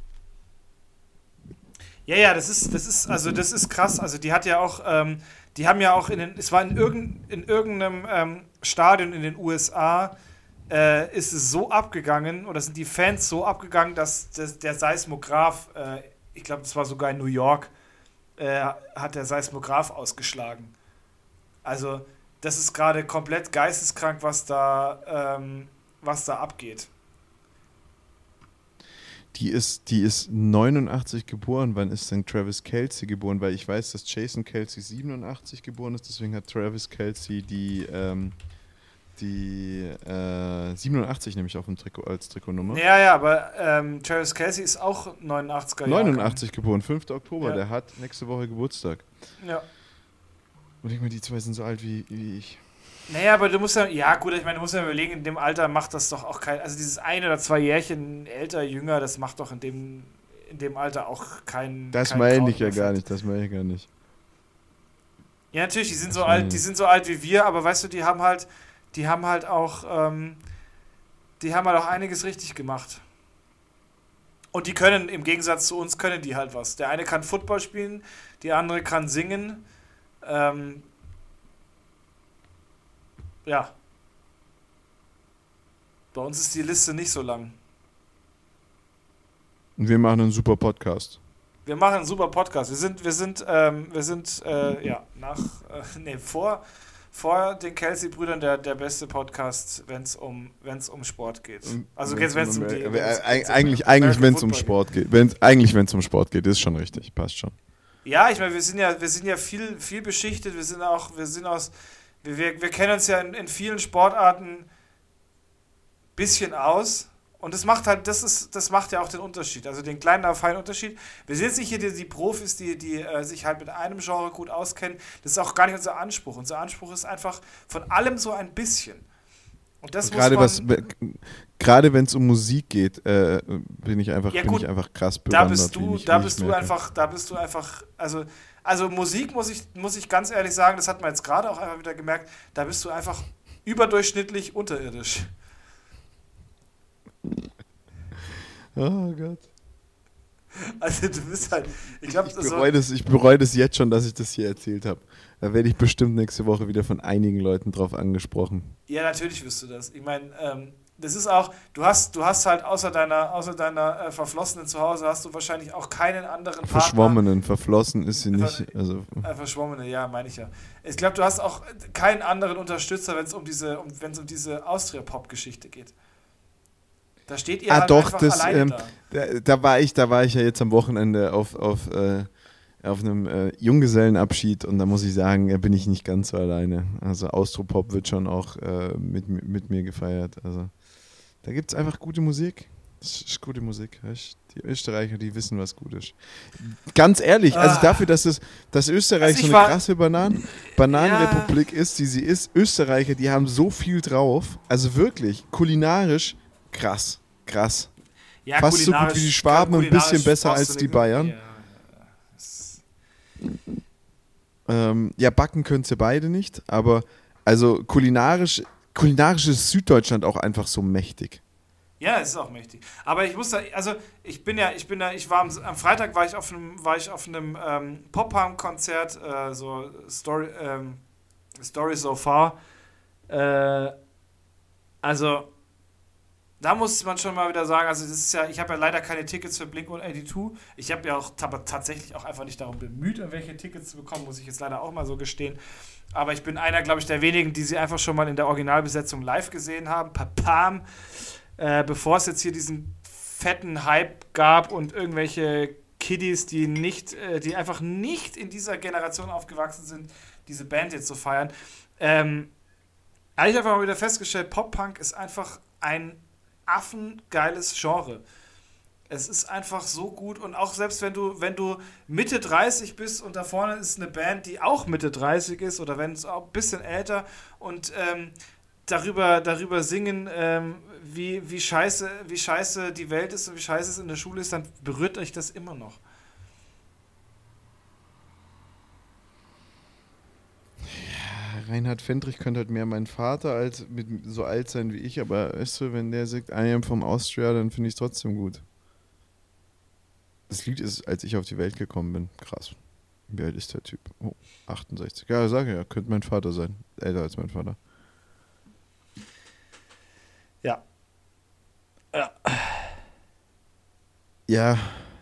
Ja, das ist krass. Also die hat ja auch, die haben ja auch es war in irgendeinem Stadion in den USA, ist es so abgegangen, oder sind die Fans so abgegangen, dass der Seismograph, ich glaube, es war sogar in New York, hat der Seismograph ausgeschlagen. Also das ist gerade komplett geisteskrank, was da abgeht. Die ist 89 geboren. Wann ist denn Travis Kelce geboren? Weil ich weiß, dass Jason Kelce 87 geboren ist, deswegen hat Travis Kelce die 87 nämlich auf dem Trikot als Trikotnummer. Ja, aber Travis Kelce ist auch 89er Jahrgang. 89 geboren, 5. Oktober. Ja. Der hat nächste Woche Geburtstag. Ja. Und ich meine, die zwei sind so alt wie ich. Naja, aber du musst du musst ja überlegen, in dem Alter macht das doch auch kein, also dieses 1 oder 2 Jährchen älter, jünger, das macht doch in dem Alter auch kein. Das meine ich ja gar nicht, Ja, natürlich, die sind so alt wie wir, aber weißt du, die haben halt auch einiges richtig gemacht. Und die können, im Gegensatz zu uns, können die halt was. Der eine kann Football spielen, die andere kann singen. Ja. Bei uns ist die Liste nicht so lang. Und wir machen einen super Podcast. Wir machen einen super Podcast. Wir sind vor den Kelce-Brüdern der beste Podcast, wenn es um Sport geht. Also wenn es um die... Eigentlich, wenn es um Sport geht. Wenn es um Sport geht, ist schon richtig. Passt schon. Ja, ich meine, wir sind ja viel beschichtet. Wir kennen uns ja in vielen Sportarten bisschen aus. Und das macht ja auch den Unterschied, also den kleinen, aber feinen Unterschied. Wir sind jetzt nicht hier die Profis, die sich halt mit einem Genre gut auskennen. Das ist auch gar nicht unser Anspruch. Unser Anspruch ist einfach von allem so ein bisschen. Und das gerade wenn es um Musik geht, bin ich einfach krass bewandert. Da bist du einfach, also Musik muss ich ganz ehrlich sagen, das hat man jetzt gerade auch einfach wieder gemerkt, da bist du einfach überdurchschnittlich unterirdisch. Oh Gott. Also du bist halt, ich bereue das jetzt schon, dass ich das hier erzählt habe. Da werde ich bestimmt nächste Woche wieder von einigen Leuten drauf angesprochen. Ja, natürlich wirst du das. Ich meine, das ist auch, du hast halt außer deiner Verflossenen zu Hause hast du wahrscheinlich auch keinen anderen Verschwommenen, verflossen ist sie nicht. Verschwommene, ja, meine ich ja. Ich glaube, du hast auch keinen anderen Unterstützer, wenn es um diese Austria-Pop-Geschichte geht. Da steht ihr halt doch, einfach alleine da. Da war ich ja jetzt am Wochenende auf einem Junggesellenabschied und da muss ich sagen, bin ich nicht ganz so alleine. Also Austropop wird schon auch mit mir gefeiert. Also da gibt es einfach gute Musik. Das ist gute Musik. Die Österreicher, die wissen, was gut ist. Ganz ehrlich, also dafür, dass Österreich so eine krasse Bananenrepublik ist, die sie ist, Österreicher, die haben so viel drauf. Also wirklich, kulinarisch krass. Ja, fast so gut wie die Schwaben, ein bisschen besser als die Bayern. Ja, backen können sie beide nicht, aber also kulinarisch kulinarisch ist Süddeutschland auch einfach so mächtig. Ja, es ist auch mächtig. Aber ich muss da, also am Freitag war ich auf einem Pop-Punk-Konzert, so Story So Far. Also, da muss man schon mal wieder sagen, also das ist ja, ich habe ja leider keine Tickets für Blink-182. Ich habe ja auch tatsächlich auch einfach nicht darum bemüht, irgendwelche Tickets zu bekommen, muss ich jetzt leider auch mal so gestehen. Aber ich bin einer, glaube ich, der wenigen, die sie einfach schon mal in der Originalbesetzung live gesehen haben. Papam. Bevor es jetzt hier diesen fetten Hype gab und irgendwelche Kiddies, die einfach nicht in dieser Generation aufgewachsen sind, diese Band jetzt zu feiern. Habe ich einfach mal wieder festgestellt, Pop-Punk ist einfach ein affengeiles Genre. Es ist einfach so gut und auch selbst wenn du Mitte 30 bist und da vorne ist eine Band, die auch Mitte 30 ist oder wenn es auch ein bisschen älter und darüber singen, wie scheiße die Welt ist und wie scheiße es in der Schule ist, dann berührt euch das immer noch. Reinhard Fendrich könnte halt mehr mein Vater als mit so alt sein wie ich, aber weißt du, wenn der sagt, I am from Austria, dann finde ich es trotzdem gut. Das Lied ist, als ich auf die Welt gekommen bin, krass. Wie alt ist der Typ? Oh, 68. Ja, sage ja, könnte mein Vater sein. Älter als mein Vater. Ja. Ja. Ja.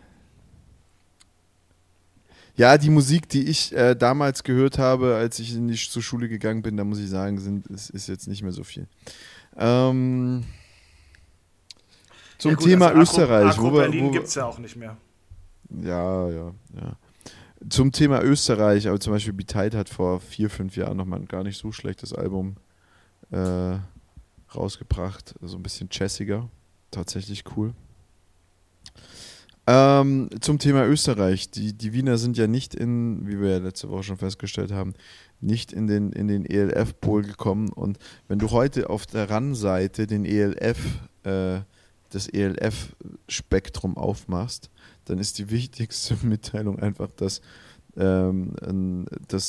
Ja, die Musik, die ich damals gehört habe, als ich zur Schule gegangen bin, da muss ich sagen, ist jetzt nicht mehr so viel. Zum ja gut, Thema also Österreich. Agro Berlin gibt es ja auch nicht mehr. Ja. Zum Thema Österreich, aber zum Beispiel Beteid hat vor 4-5 Jahren nochmal ein gar nicht so schlechtes Album rausgebracht. So ein bisschen jazziger. Tatsächlich cool. Zum Thema Österreich. Die Wiener sind ja nicht wie wir ja letzte Woche schon festgestellt haben, nicht in den ELF-Pool gekommen. Und wenn du heute auf der RAN-Seite das ELF-Spektrum aufmachst, dann ist die wichtigste Mitteilung einfach, dass ein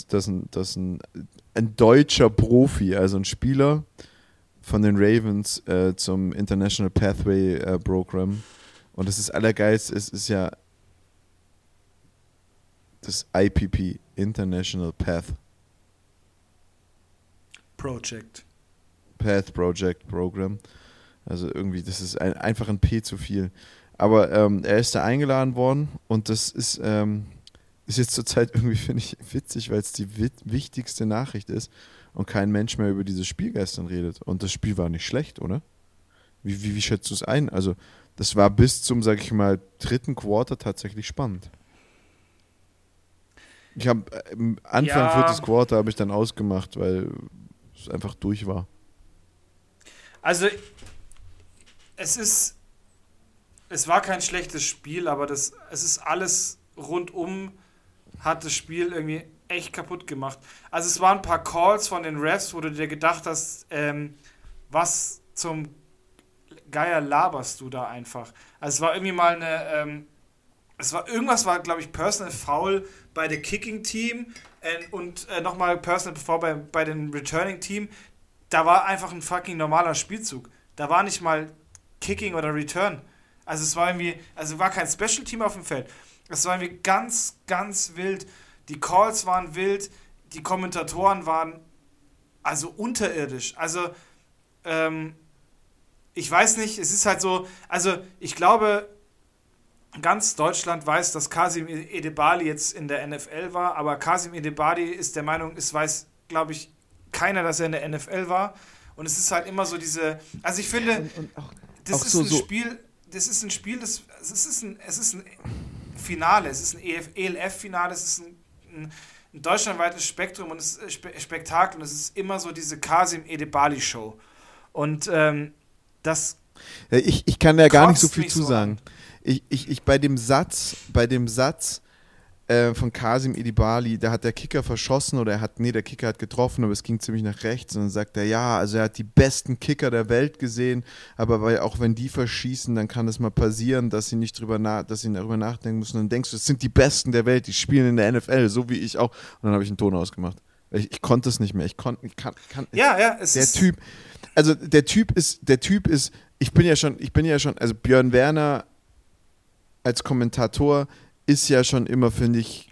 deutscher Profi, also ein Spieler von den Ravens zum International Pathway Program. Und das Allergeilste ist ja das IPP, International Path Project Program. Also irgendwie, das ist einfach ein P zu viel. Aber er ist da eingeladen worden und das ist jetzt zurzeit irgendwie, finde ich, witzig, weil es die wichtigste Nachricht ist und kein Mensch mehr über dieses Spiel gestern redet. Und das Spiel war nicht schlecht, oder? Wie schätzt du es ein? Also das war bis zum, sag ich mal, dritten Quarter tatsächlich spannend. Ich habe viertes Quarter habe ich dann ausgemacht, weil es einfach durch war. Also es war kein schlechtes Spiel, aber es ist alles rundum, hat das Spiel irgendwie echt kaputt gemacht. Also es waren ein paar Calls von den Refs, wo du dir gedacht hast, was zum Geier laberst du da einfach. Also es war irgendwie mal irgendwas war, glaube ich, Personal Foul bei der Kicking Team und nochmal Personal Foul bei den Returning Team. Da war einfach ein fucking normaler Spielzug. Da war nicht mal Kicking oder Return. Also es war kein Special Team auf dem Feld. Es war irgendwie ganz, ganz wild. Die Calls waren wild, die Kommentatoren waren also unterirdisch. Also ich weiß nicht, es ist halt so, also ich glaube, ganz Deutschland weiß, dass Kasim Edebali jetzt in der NFL war, aber Kasim Edebali ist der Meinung, es weiß, glaube ich, keiner, dass er in der NFL war. Und es ist halt immer so diese, also ich finde, es ist ein Finale, es ist ein ELF-Finale, es ist ein deutschlandweites Spektrum und es ist Spektakel und es ist immer so diese Kasim Edebali-Show. Und das. Ich kann da gar nicht so viel zu sagen. Ich bei dem Satz von Kasim Edebali, da hat der Kicker verschossen oder der Kicker hat getroffen, aber es ging ziemlich nach rechts und dann sagt er, ja, also er hat die besten Kicker der Welt gesehen, aber weil auch wenn die verschießen, dann kann es mal passieren, dass sie darüber nachdenken müssen. Und dann denkst du, es sind die Besten der Welt, die spielen in der NFL, so wie ich auch. Und dann habe ich einen Ton ausgemacht. Ich konnte es nicht mehr. Der Typ ist, ich bin ja schon, also Björn Werner als Kommentator ist ja schon immer, finde ich,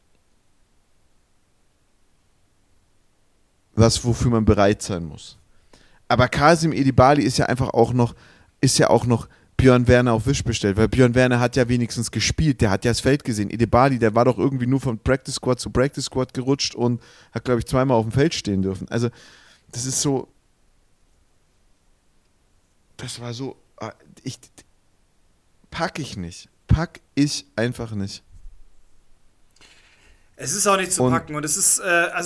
was, wofür man bereit sein muss. Aber Kasim Edibali ist ja einfach auch noch Björn Werner auf Wisch bestellt, weil Björn Werner hat ja wenigstens gespielt, der hat ja das Feld gesehen. Edibali, der war doch irgendwie nur von Practice Squad zu Practice Squad gerutscht und hat, glaube ich, zweimal auf dem Feld stehen dürfen. Also, das ist so, das war so, pack ich einfach nicht. Es ist auch nicht zu packen und es ist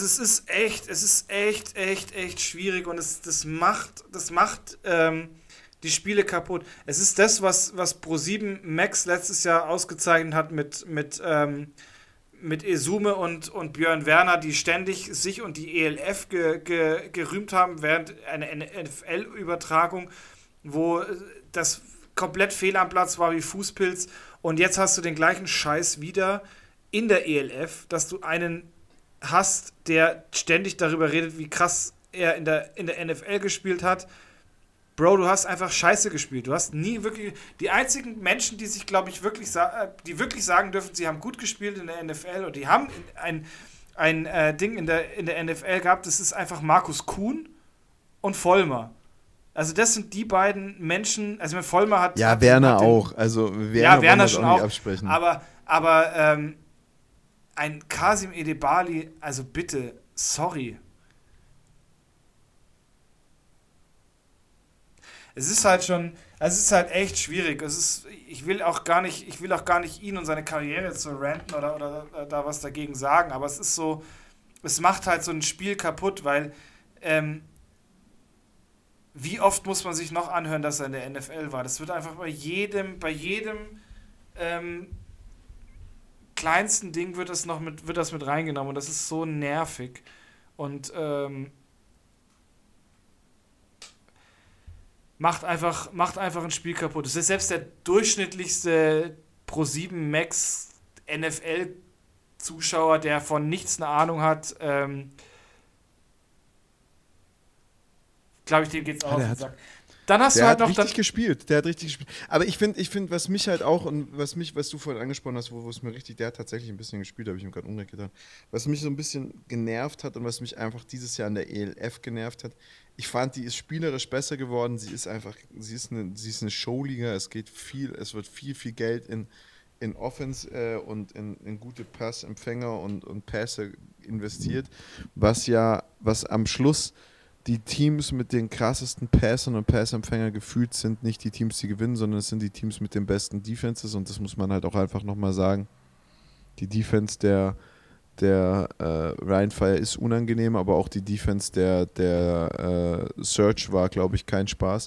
echt schwierig und das macht die Spiele kaputt. Es ist das, was Pro7 Max letztes Jahr ausgezeichnet hat mit Esume und Björn Werner, die ständig sich und die ELF gerühmt haben während einer NFL-Übertragung, wo das komplett fehl am Platz war wie Fußpilz und jetzt hast du den gleichen Scheiß wieder in der ELF, dass du einen hast, der ständig darüber redet, wie krass er in der NFL gespielt hat. Bro, du hast einfach scheiße gespielt. Du hast nie wirklich... Die einzigen Menschen, die sich, glaube ich, die wirklich sagen dürfen, sie haben gut gespielt in der NFL oder die haben ein Ding in der NFL gehabt, das ist einfach Markus Kuhn und Vollmer. Also das sind die beiden Menschen... Also Vollmer hat... Ja, Werner auch. Also Werner schon auch. Absprechen. Aber ein Kasim Edibali, also bitte, sorry. Es ist halt echt schwierig. Ich will auch gar nicht ihn und seine Karriere zu ranten oder da was dagegen sagen, aber es ist so, es macht halt so ein Spiel kaputt, weil wie oft muss man sich noch anhören, dass er in der NFL war? Das wird einfach bei jedem kleinsten Ding wird das mit reingenommen und das ist so nervig und macht einfach ein Spiel kaputt. Das ist selbst der durchschnittlichste Pro7 Max NFL-Zuschauer, der von nichts eine Ahnung hat, glaube ich, dem geht's auch auf den Sack. Dann hast du halt noch... Der hat richtig gespielt. Aber ich finde, was mich halt auch und was du vorhin angesprochen hast, wo es mir richtig, der hat tatsächlich ein bisschen gespielt, habe ich ihm gerade umgekehrt getan. Was mich so ein bisschen genervt hat und was mich einfach dieses Jahr in der ELF genervt hat, ich fand, die ist spielerisch besser geworden. Sie ist eine Showliga. Es wird viel Geld in Offense und in gute Passempfänger und Pässe investiert, was am Schluss die Teams mit den krassesten Passern und Passempfängern gefühlt sind nicht die Teams, die gewinnen, sondern es sind die Teams mit den besten Defenses und das muss man halt auch einfach nochmal sagen. Die Defense der Rhein Fire ist unangenehm, aber auch die Defense der Search war, glaube ich, kein Spaß.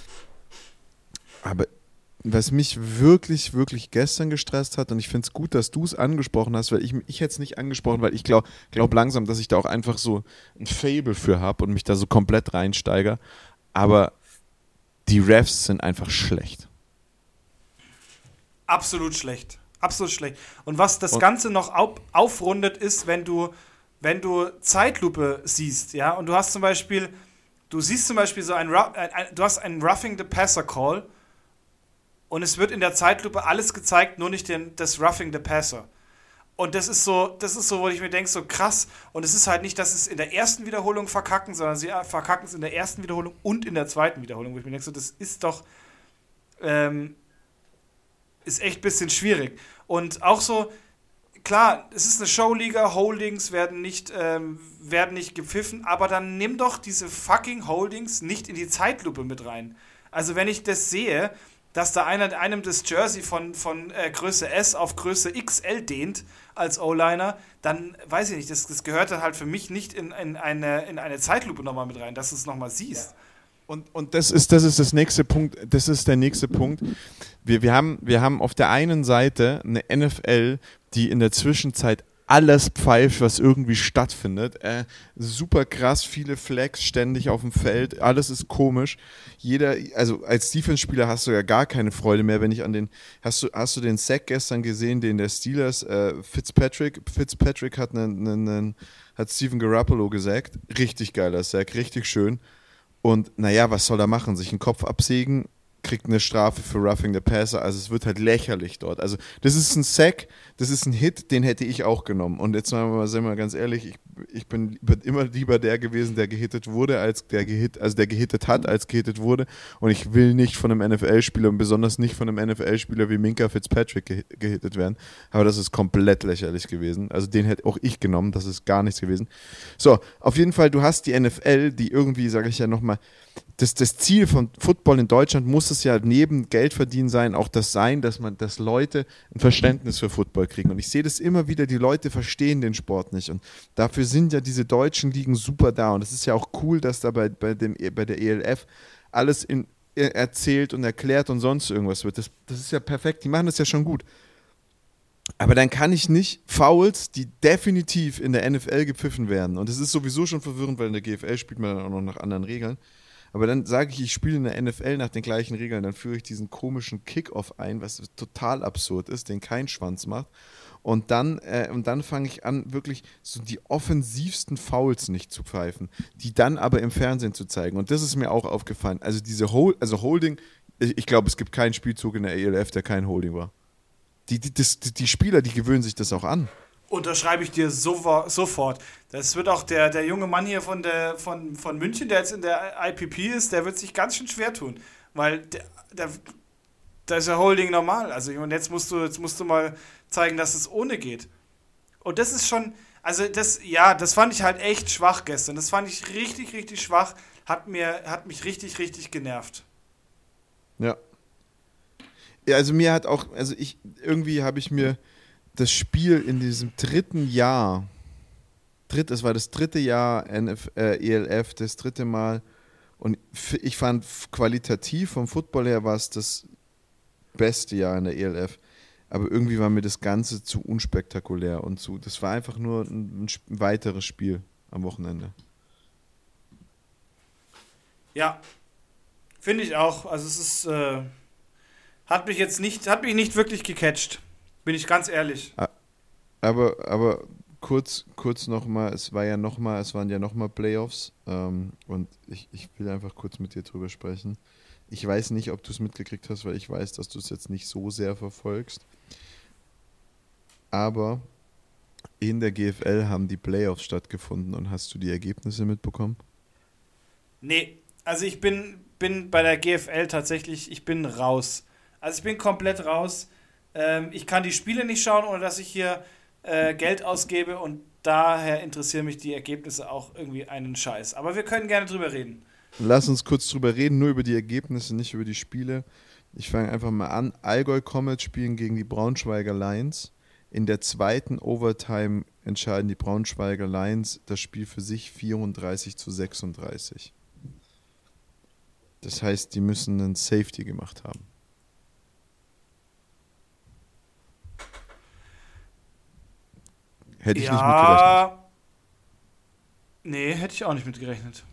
Aber was mich wirklich, wirklich gestern gestresst hat, und ich finde es gut, dass du es angesprochen hast, weil ich hätte es nicht angesprochen, weil ich glaube langsam, dass ich da auch einfach so ein Faible für habe und mich da so komplett reinsteige. Aber die Refs sind einfach schlecht. Absolut schlecht. Und was das Ganze noch aufrundet, ist, wenn du Zeitlupe siehst, ja, und du siehst zum Beispiel so du hast einen Roughing the Passer Call und es wird in der Zeitlupe alles gezeigt, nur nicht das Roughing the Passer. Und das ist so, wo ich mir denke, so krass. Und es ist halt nicht, dass es in der ersten Wiederholung verkacken, sondern sie verkacken es in der ersten Wiederholung und in der zweiten Wiederholung, wo ich mir denke, so, das ist doch, ist echt ein bisschen schwierig. Und auch so, klar, es ist eine Showliga, Holdings werden nicht gepfiffen, aber dann nimm doch diese fucking Holdings nicht in die Zeitlupe mit rein. Also wenn ich das sehe, dass da einem das Jersey von Größe S auf Größe XL dehnt als O-Liner, dann weiß ich nicht, das gehört dann halt für mich nicht in eine Zeitlupe nochmal mit rein, dass du es nochmal siehst. Ja. Und das ist das nächste Punkt, das ist der nächste Punkt. Wir haben auf der einen Seite eine NFL, die in der Zwischenzeit alles pfeift, was irgendwie stattfindet. Super krass, viele Flags ständig auf dem Feld, alles ist komisch. Also als Defense-Spieler hast du ja gar keine Freude mehr, wenn ich an den, hast du den Sack gestern gesehen, den der Steelers, Fitzpatrick hat Steven Garoppolo gesackt, richtig geiler Sack, richtig schön. Und naja, was soll er machen? Sich den Kopf absägen, kriegt eine Strafe für Roughing the Passer, also es wird halt lächerlich dort. Also das ist ein Sack, das ist ein Hit, den hätte ich auch genommen. Und jetzt sind wir mal ganz ehrlich, ich bin immer lieber der gewesen, der gehittet wurde, als der gehittet hat, als gehittet wurde. Und ich will nicht von einem NFL-Spieler und besonders nicht von einem NFL-Spieler wie Minkah Fitzpatrick gehittet werden. Aber das ist komplett lächerlich gewesen. Also den hätte auch ich genommen, das ist gar nichts gewesen. So, auf jeden Fall, du hast die NFL, die irgendwie, sage ich ja nochmal, das Ziel von Football in Deutschland muss es ja neben Geldverdienen sein, auch das sein, dass Leute ein Verständnis für Football kriegen. Und ich sehe das immer wieder, die Leute verstehen den Sport nicht. Und dafür sind ja diese deutschen Ligen super da. Und es ist ja auch cool, dass da bei der ELF alles erzählt und erklärt und sonst irgendwas wird. Das ist ja perfekt, die machen das ja schon gut. Aber dann kann ich nicht Fouls, die definitiv in der NFL gepfiffen werden. Und das ist sowieso schon verwirrend, weil in der GFL spielt man dann auch noch nach anderen Regeln. Aber dann sage ich spiele in der NFL nach den gleichen Regeln, dann führe ich diesen komischen Kickoff ein, was total absurd ist, den kein Schwanz macht. Und dann fange ich an, wirklich so die offensivsten Fouls nicht zu pfeifen, die dann aber im Fernsehen zu zeigen. Und das ist mir auch aufgefallen. Also Holding, ich glaube, es gibt keinen Spielzug in der ELF, der kein Holding war. Die Spieler, die gewöhnen sich das auch an. Unterschreibe ich dir sofort. Das wird auch der junge Mann hier von München, der jetzt in der IPP ist, der wird sich ganz schön schwer tun. Weil da ist ja Holding normal. Also und jetzt musst du mal zeigen, dass es ohne geht. Und das ist schon, also das fand ich halt echt schwach gestern. Das fand ich richtig, richtig schwach. Hat mich richtig, richtig genervt. Ja. Ja, also mir hat auch, irgendwie habe ich mir das Spiel in diesem dritten Jahr, es war das dritte Jahr ELF, das dritte Mal, und ich fand qualitativ vom Football her war es das beste Jahr in der ELF, aber irgendwie war mir das Ganze zu unspektakulär und das war einfach nur ein weiteres Spiel am Wochenende. Ja, finde ich auch. Also es ist, hat mich nicht wirklich gecatcht. Bin ich ganz ehrlich. Aber kurz nochmal, es waren ja nochmal Playoffs, und ich will einfach kurz mit dir drüber sprechen. Ich weiß nicht, ob du es mitgekriegt hast, weil ich weiß, dass du es jetzt nicht so sehr verfolgst. Aber in der GFL haben die Playoffs stattgefunden und hast du die Ergebnisse mitbekommen? Nee, also ich bin bei der GFL tatsächlich, ich bin raus. Also ich bin komplett raus. Ich kann die Spiele nicht schauen, ohne dass ich hier Geld ausgebe, und daher interessieren mich die Ergebnisse auch irgendwie einen Scheiß. Aber wir können gerne drüber reden. Lass uns kurz drüber reden, nur über die Ergebnisse, nicht über die Spiele. Ich fange einfach mal an. Allgäu Comets spielen gegen die Braunschweiger Lions. In der zweiten Overtime entscheiden die Braunschweiger Lions das Spiel für sich 34-36. Das heißt, die müssen einen Safety gemacht haben. Hätte ich nicht mitgerechnet. Nee, hätte ich auch nicht mitgerechnet.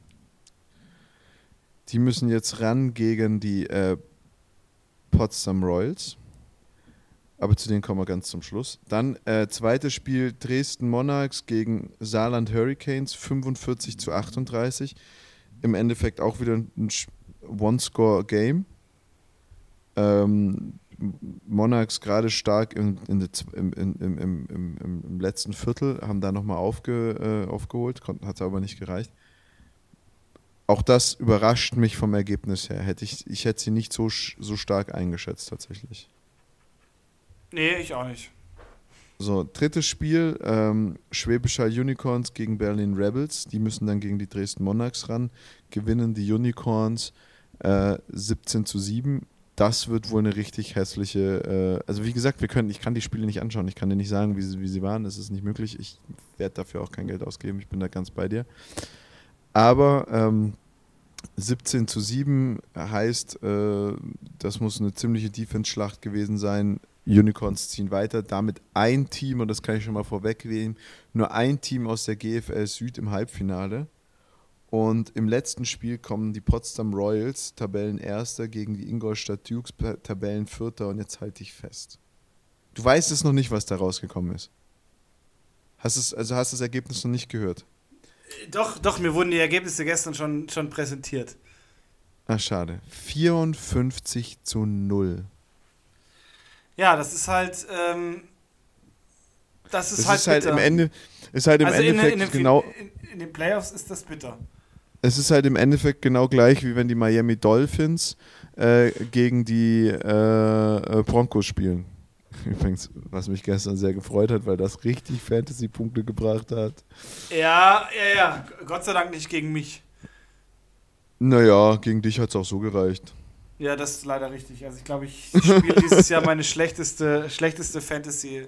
Die müssen jetzt ran gegen die Potsdam Royals. Aber zu denen kommen wir ganz zum Schluss. Dann zweites Spiel Dresden Monarchs gegen Saarland Hurricanes 45-38. Im Endeffekt auch wieder ein One-Score-Game. Monarchs gerade stark im letzten Viertel, haben da nochmal aufgeholt, hat aber nicht gereicht. Auch das überrascht mich vom Ergebnis her. Ich hätte sie nicht so stark eingeschätzt tatsächlich. Nee, ich auch nicht. So, drittes Spiel, Schwäbisch Hall Unicorns gegen Berlin Rebels. Die müssen dann gegen die Dresden Monarchs ran. Gewinnen die Unicorns 17-7. Das wird wohl eine richtig hässliche, also wie gesagt, ich kann die Spiele nicht anschauen, ich kann dir nicht sagen, wie sie waren, das ist nicht möglich, ich werde dafür auch kein Geld ausgeben, ich bin da ganz bei dir. Aber 17-7 heißt, das muss eine ziemliche Defense-Schlacht gewesen sein. Unicorns ziehen weiter. Damit ein Team, und das kann ich schon mal vorwegnehmen, nur ein Team aus der GFL Süd im Halbfinale. Und im letzten Spiel kommen die Potsdam Royals, Tabellenerster, gegen die Ingolstadt Dukes, Tabellenvierter. Und jetzt halte ich fest. Du weißt es noch nicht, was da rausgekommen ist. Hast das Ergebnis noch nicht gehört? Doch, mir wurden die Ergebnisse gestern schon präsentiert. Ach, schade. 54-0. Ja, das ist halt im Endeffekt genau. In den Playoffs ist das bitter. Es ist halt im Endeffekt genau gleich, wie wenn die Miami Dolphins gegen die Broncos spielen. Übrigens, was mich gestern sehr gefreut hat, weil das richtig Fantasy-Punkte gebracht hat. Ja. Gott sei Dank nicht gegen mich. Naja, gegen dich hat es auch so gereicht. Ja, das ist leider richtig. Also ich glaube, ich spiele dieses Jahr meine schlechteste Fantasy.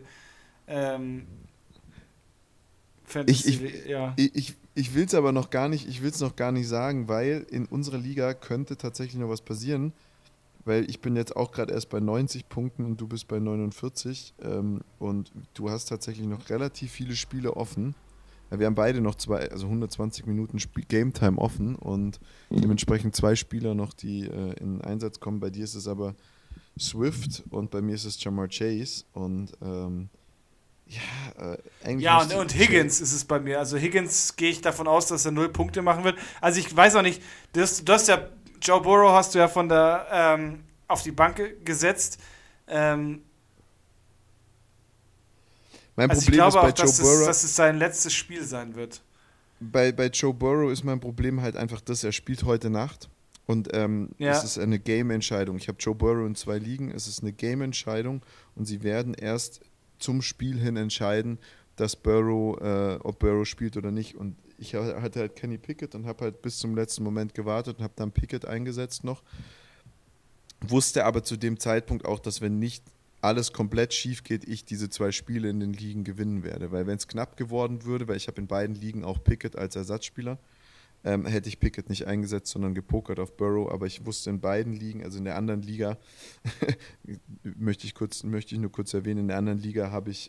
Ich will es aber noch gar nicht, sagen, weil in unserer Liga könnte tatsächlich noch was passieren, weil ich bin jetzt auch gerade erst bei 90 Punkten und du bist bei 49 und du hast tatsächlich noch relativ viele Spiele offen. Wir haben beide noch 120 Minuten Game Time offen und dementsprechend 2 Spieler noch, die in Einsatz kommen. Bei dir ist es aber Swift und bei mir ist es Ja'Marr Chase und eigentlich. Ja, und Higgins ist es bei mir. Also Higgins gehe ich davon aus, dass er 0 Punkte machen wird. Also ich weiß auch nicht, du hast ja Joe Burrow hast du ja von der auf die Bank gesetzt. Mein also Problem ich glaube ist bei auch, Joe Burrow, dass es sein letztes Spiel sein wird. Bei Joe Burrow ist mein Problem halt einfach das, er spielt heute Nacht und es ist eine Game-Entscheidung. Ich habe Joe Burrow in 2 Ligen, es ist eine Game-Entscheidung und sie werden erst zum Spiel hin entscheiden, ob Burrow spielt oder nicht. Und ich hatte halt Kenny Pickett und habe halt bis zum letzten Moment gewartet und habe dann Pickett eingesetzt noch. Wusste aber zu dem Zeitpunkt auch, dass wenn nicht alles komplett schief geht, ich diese 2 Spiele in den Ligen gewinnen werde. Weil wenn es knapp geworden würde, weil ich habe in beiden Ligen auch Pickett als Ersatzspieler, hätte ich Pickett nicht eingesetzt, sondern gepokert auf Burrow. Aber ich wusste in beiden Ligen, also in der anderen Liga, möchte ich nur kurz erwähnen, in der anderen Liga habe ich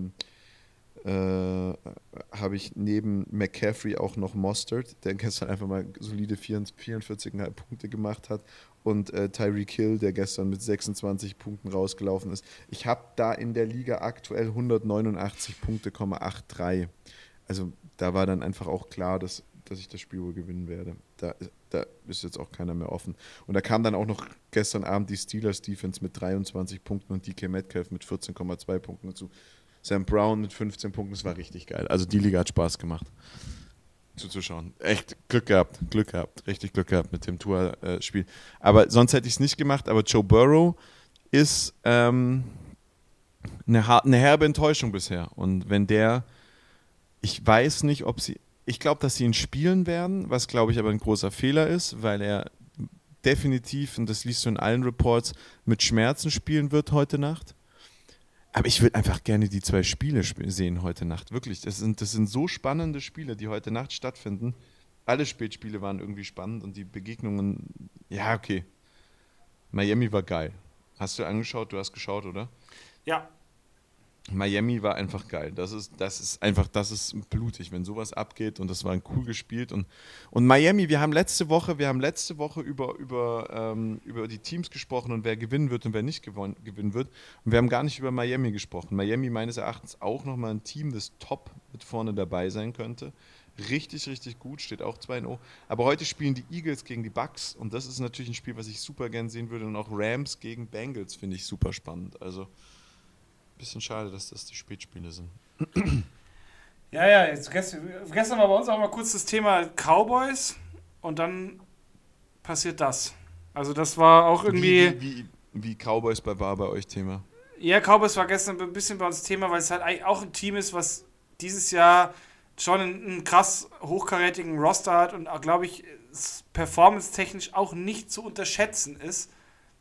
neben McCaffrey auch noch Mostert, der gestern einfach mal solide 44,5 Punkte gemacht hat und Tyreek Hill, der gestern mit 26 Punkten rausgelaufen ist. Ich habe da in der Liga aktuell 189 Punkte, 83. Also da war dann einfach auch klar, dass ich das Spiel wohl gewinnen werde. Da ist jetzt auch keiner mehr offen. Und da kam dann auch noch gestern Abend die Steelers-Defense mit 23 Punkten und DK Metcalf mit 14,2 Punkten dazu. Sam Brown mit 15 Punkten, das war richtig geil. Also die Liga hat Spaß gemacht zuzuschauen. Echt Glück gehabt, richtig Glück gehabt mit dem Tour-Spiel. Aber sonst hätte ich es nicht gemacht, aber Joe Burrow ist eine herbe Enttäuschung bisher. Und wenn ich weiß nicht, ich glaube, dass sie ihn spielen werden, was glaube ich aber ein großer Fehler ist, weil er definitiv, und das liest du in allen Reports, mit Schmerzen spielen wird heute Nacht. Aber ich würde einfach gerne die 2 Spiele sehen heute Nacht. Wirklich, das sind so spannende Spiele, die heute Nacht stattfinden. Alle Spätspiele waren irgendwie spannend und die Begegnungen, ja, okay. Miami war geil. Hast du angeschaut? Du hast geschaut, oder? Ja. Miami war einfach geil. Das ist blutig, wenn sowas abgeht und das war cool gespielt. Und Miami, wir haben letzte Woche über die Teams gesprochen und wer gewinnen wird und wer nicht gewinnen wird. Und wir haben gar nicht über Miami gesprochen. Miami meines Erachtens auch nochmal ein Team, das top mit vorne dabei sein könnte. Richtig, richtig gut, steht auch 2-0. Aber heute spielen die Eagles gegen die Bucks und das ist natürlich ein Spiel, was ich super gern sehen würde. Und auch Rams gegen Bengals finde ich super spannend. Also bisschen schade, dass das die Spätspiele sind. Ja, gestern war bei uns auch mal kurz das Thema Cowboys und dann passiert das. Also das war auch irgendwie... Wie Cowboys war bei euch Thema? Ja, Cowboys war gestern ein bisschen bei uns Thema, weil es halt eigentlich auch ein Team ist, was dieses Jahr schon einen krass hochkarätigen Roster hat und auch, glaube ich, performance-technisch auch nicht zu unterschätzen ist.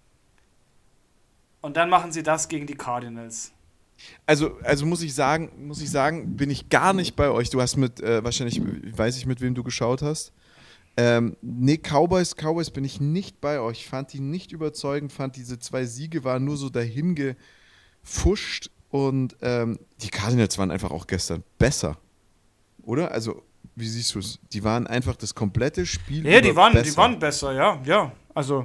Und dann machen sie das gegen die Cardinals. Also muss ich sagen, bin ich gar nicht bei euch. Du hast wahrscheinlich, weiß ich, mit wem du geschaut hast. Nee, Cowboys bin ich nicht bei euch. Ich fand die nicht überzeugend, fand diese 2 Siege waren nur so pfuscht und die Cardinals waren einfach auch gestern besser, oder? Also, wie siehst du es? Die waren einfach das komplette Spiel Ja, die waren besser, ja. Also,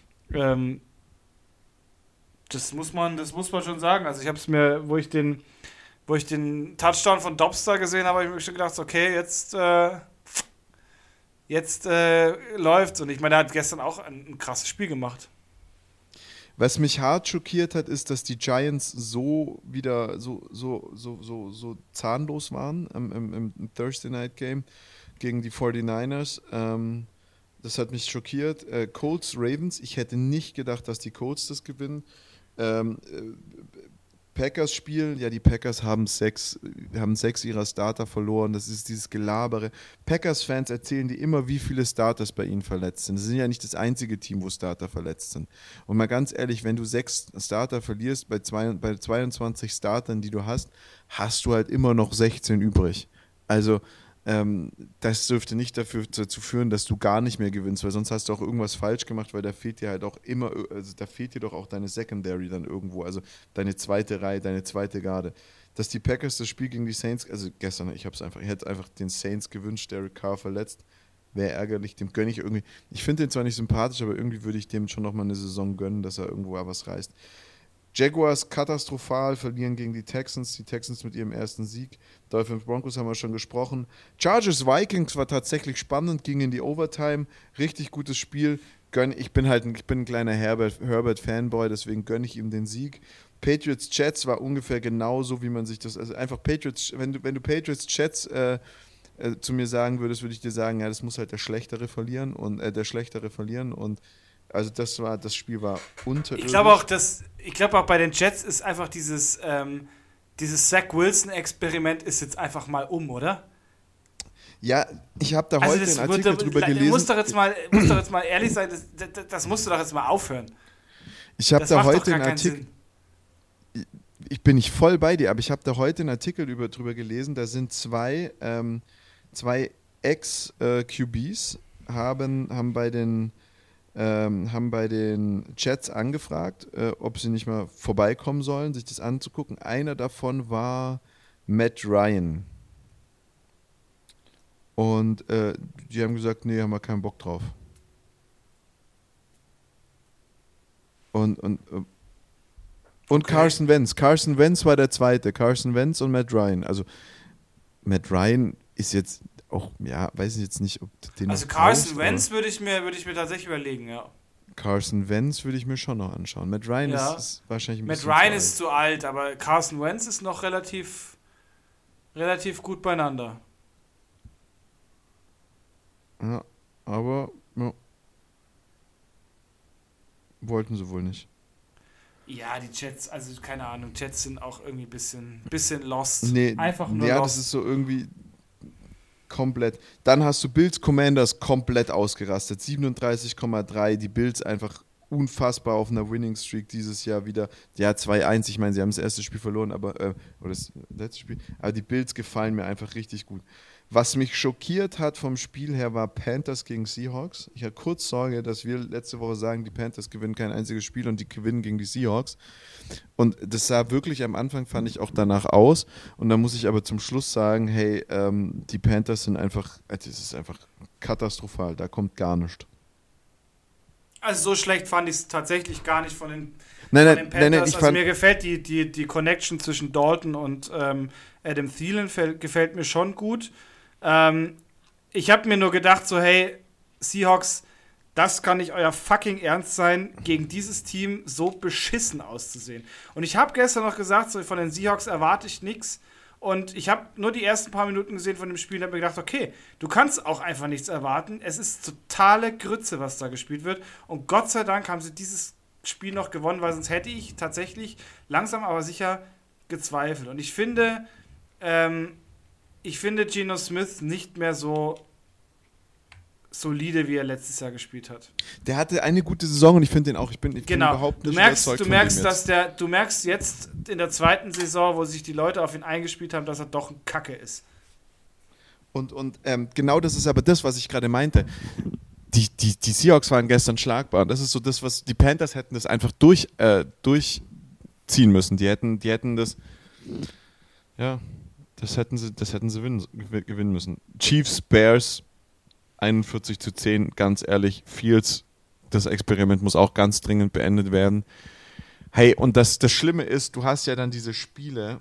das muss man schon sagen. Also ich habe es mir, wo ich den Touchdown von Dobbs da gesehen habe, habe ich mir schon gedacht, okay, jetzt läuft's. Und ich meine, er hat gestern auch ein krasses Spiel gemacht. Was mich hart schockiert hat, ist, dass die Giants so zahnlos waren im Thursday Night Game gegen die 49ers. Das hat mich schockiert. Colts, Ravens, ich hätte nicht gedacht, dass die Colts das gewinnen. Packers Spiel, ja, die Packers haben sechs ihrer Starter verloren. Das ist dieses Gelabere. Packers-Fans erzählen dir immer, wie viele Starters bei ihnen verletzt sind. Sie sind ja nicht das einzige Team, wo Starter verletzt sind. Und mal ganz ehrlich, wenn du 6 Starter verlierst, bei 22 Startern, die du hast du halt immer noch 16 übrig. Also, das dürfte nicht dazu führen, dass du gar nicht mehr gewinnst, weil sonst hast du auch irgendwas falsch gemacht, weil da fehlt dir halt auch immer, also da fehlt dir doch auch deine Secondary dann irgendwo, also deine zweite Reihe, deine zweite Garde. Dass die Packers das Spiel gegen die Saints, also gestern, ich hätte einfach den Saints gewünscht, Derek Carr verletzt, wäre ärgerlich, dem gönne ich irgendwie, ich finde den zwar nicht sympathisch, aber irgendwie würde ich dem schon nochmal eine Saison gönnen, dass er irgendwo was reißt. Jaguars katastrophal, verlieren gegen die Texans mit ihrem ersten Sieg. Dolphins Broncos haben wir schon gesprochen. Chargers Vikings war tatsächlich spannend, ging in die Overtime. Richtig gutes Spiel. Ich bin ein kleiner Herbert-Fanboy, deswegen gönne ich ihm den Sieg. Patriots Jets war ungefähr genauso, wie man sich das, also einfach Patriots, wenn du Patriots Jets zu mir sagen würdest, würde ich dir sagen, ja, das muss halt der Schlechtere verlieren und also das Spiel war unterirdisch. Ich glaube auch bei den Jets ist einfach dieses Zach Wilson-Experiment ist jetzt einfach mal oder? Ja, ich habe da heute einen Artikel drüber gelesen. Du musst doch jetzt mal ehrlich sein, das musst du doch jetzt mal aufhören. Ich habe da heute einen Artikel. Ich bin nicht voll bei dir, aber ich habe da heute einen Artikel drüber gelesen. Da sind zwei Ex-QBs haben bei den Jets angefragt, ob sie nicht mal vorbeikommen sollen, sich das anzugucken. Einer davon war Matt Ryan. Und die haben gesagt, nee, haben wir keinen Bock drauf. Und Carson Wentz. Carson Wentz war der zweite. Carson Wentz und Matt Ryan. Also Matt Ryan ist jetzt auch, ja, weiß ich jetzt nicht, ob den. Also Carson Wentz würde ich mir tatsächlich überlegen, ja. Carson Wentz würde ich mir schon noch anschauen. Matt Ryan ist wahrscheinlich ein bisschen Matt Ryan ist zu alt, aber Carson Wentz ist noch relativ gut beieinander. Ja, aber ja, wollten sie wohl nicht. Ja, die Jets, also keine Ahnung, Jets sind auch irgendwie ein bisschen lost. Nee, einfach nur lost. Das ist so irgendwie komplett. Dann hast du Bills Commanders komplett ausgerastet. 37,3. Die Bills einfach unfassbar auf einer Winning Streak dieses Jahr wieder. Ja, 2-1. Ich meine, sie haben das erste Spiel verloren, oder das letzte Spiel. Aber die Bills gefallen mir einfach richtig gut. Was mich schockiert hat vom Spiel her, war Panthers gegen Seahawks. Ich hatte kurz Sorge, dass wir letzte Woche sagen, die Panthers gewinnen kein einziges Spiel und die gewinnen gegen die Seahawks. Und das sah wirklich am Anfang, fand ich, auch danach aus. Und da muss ich aber zum Schluss sagen, hey, die Panthers sind einfach, das ist einfach katastrophal, da kommt gar nichts. Also so schlecht fand ich es tatsächlich gar nicht von den Panthers. Nein, also mir gefällt die Connection zwischen Dalton und Adam Thielen gefällt mir schon gut. Ich habe mir nur gedacht, so hey, Seahawks, das kann nicht euer fucking Ernst sein, gegen dieses Team so beschissen auszusehen. Und ich habe gestern noch gesagt, so von den Seahawks erwarte ich nichts. Und ich habe nur die ersten paar Minuten gesehen von dem Spiel und habe mir gedacht, okay, du kannst auch einfach nichts erwarten. Es ist totale Grütze, was da gespielt wird. Und Gott sei Dank haben sie dieses Spiel noch gewonnen, weil sonst hätte ich tatsächlich langsam aber sicher gezweifelt. Und ich finde Geno Smith nicht mehr so solide, wie er letztes Jahr gespielt hat. Der hatte eine gute Saison und ich finde den auch. Ich bin überhaupt nicht überzeugt von dem jetzt. Du merkst jetzt in der zweiten Saison, wo sich die Leute auf ihn eingespielt haben, dass er doch ein Kacke ist. Und genau das ist aber das, was ich gerade meinte. Die Seahawks waren gestern schlagbar. Und das ist so das, was die Panthers hätten das einfach durchziehen ziehen müssen. Die hätten das, ja, das hätten sie gewinnen müssen. Chiefs, Bears, 41-10, ganz ehrlich, Fields, das Experiment muss auch ganz dringend beendet werden. Hey, und das Schlimme ist, du hast ja dann diese Spiele,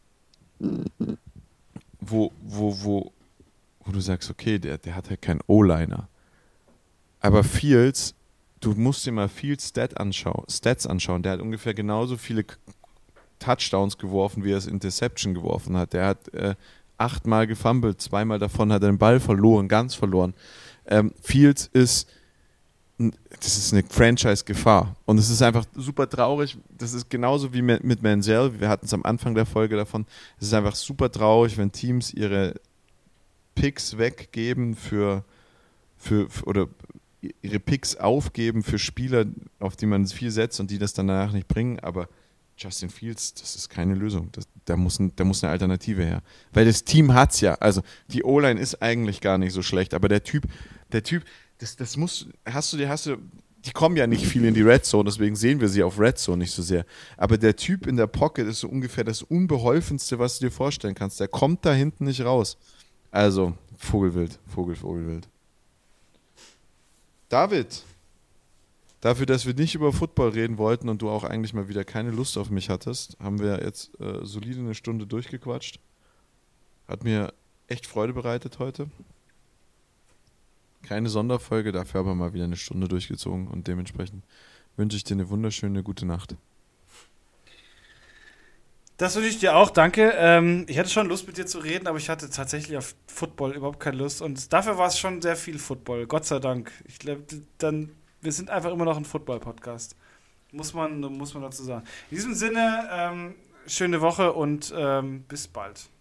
wo du sagst, okay, der hat halt keinen O-Liner. Aber Fields, du musst dir mal Fields Stats anschauen. Der hat ungefähr genauso viele Touchdowns geworfen, wie er es Interception geworfen hat. Der hat 8-mal gefummelt, 2-mal davon hat er den Ball verloren, ganz verloren. Fields ist eine Franchise-Gefahr. Und es ist einfach super traurig. Das ist genauso wie mit Manziel. Wir hatten es am Anfang der Folge davon. Es ist einfach super traurig, wenn Teams ihre Picks weggeben oder ihre Picks aufgeben für Spieler, auf die man viel setzt und die das dann danach nicht bringen. Aber Justin Fields, das ist keine Lösung. Da muss eine Alternative her. Weil das Team hat's ja. Also die O-Line ist eigentlich gar nicht so schlecht, aber der Typ, die kommen ja nicht viel in die Red Zone, deswegen sehen wir sie auf Red Zone nicht so sehr. Aber der Typ in der Pocket ist so ungefähr das Unbeholfenste, was du dir vorstellen kannst. Der kommt da hinten nicht raus. Also, Vogelwild. David, dafür, dass wir nicht über Football reden wollten und du auch eigentlich mal wieder keine Lust auf mich hattest, haben wir jetzt solide eine Stunde durchgequatscht. Hat mir echt Freude bereitet heute. Keine Sonderfolge, dafür aber mal wieder eine Stunde durchgezogen und dementsprechend wünsche ich dir eine wunderschöne gute Nacht. Das wünsche ich dir auch, danke. Ich hatte schon Lust mit dir zu reden, aber ich hatte tatsächlich auf Football überhaupt keine Lust und dafür war es schon sehr viel Football, Gott sei Dank. Ich glaube, wir sind einfach immer noch ein Football-Podcast. Muss man dazu sagen. In diesem Sinne, schöne Woche und bis bald.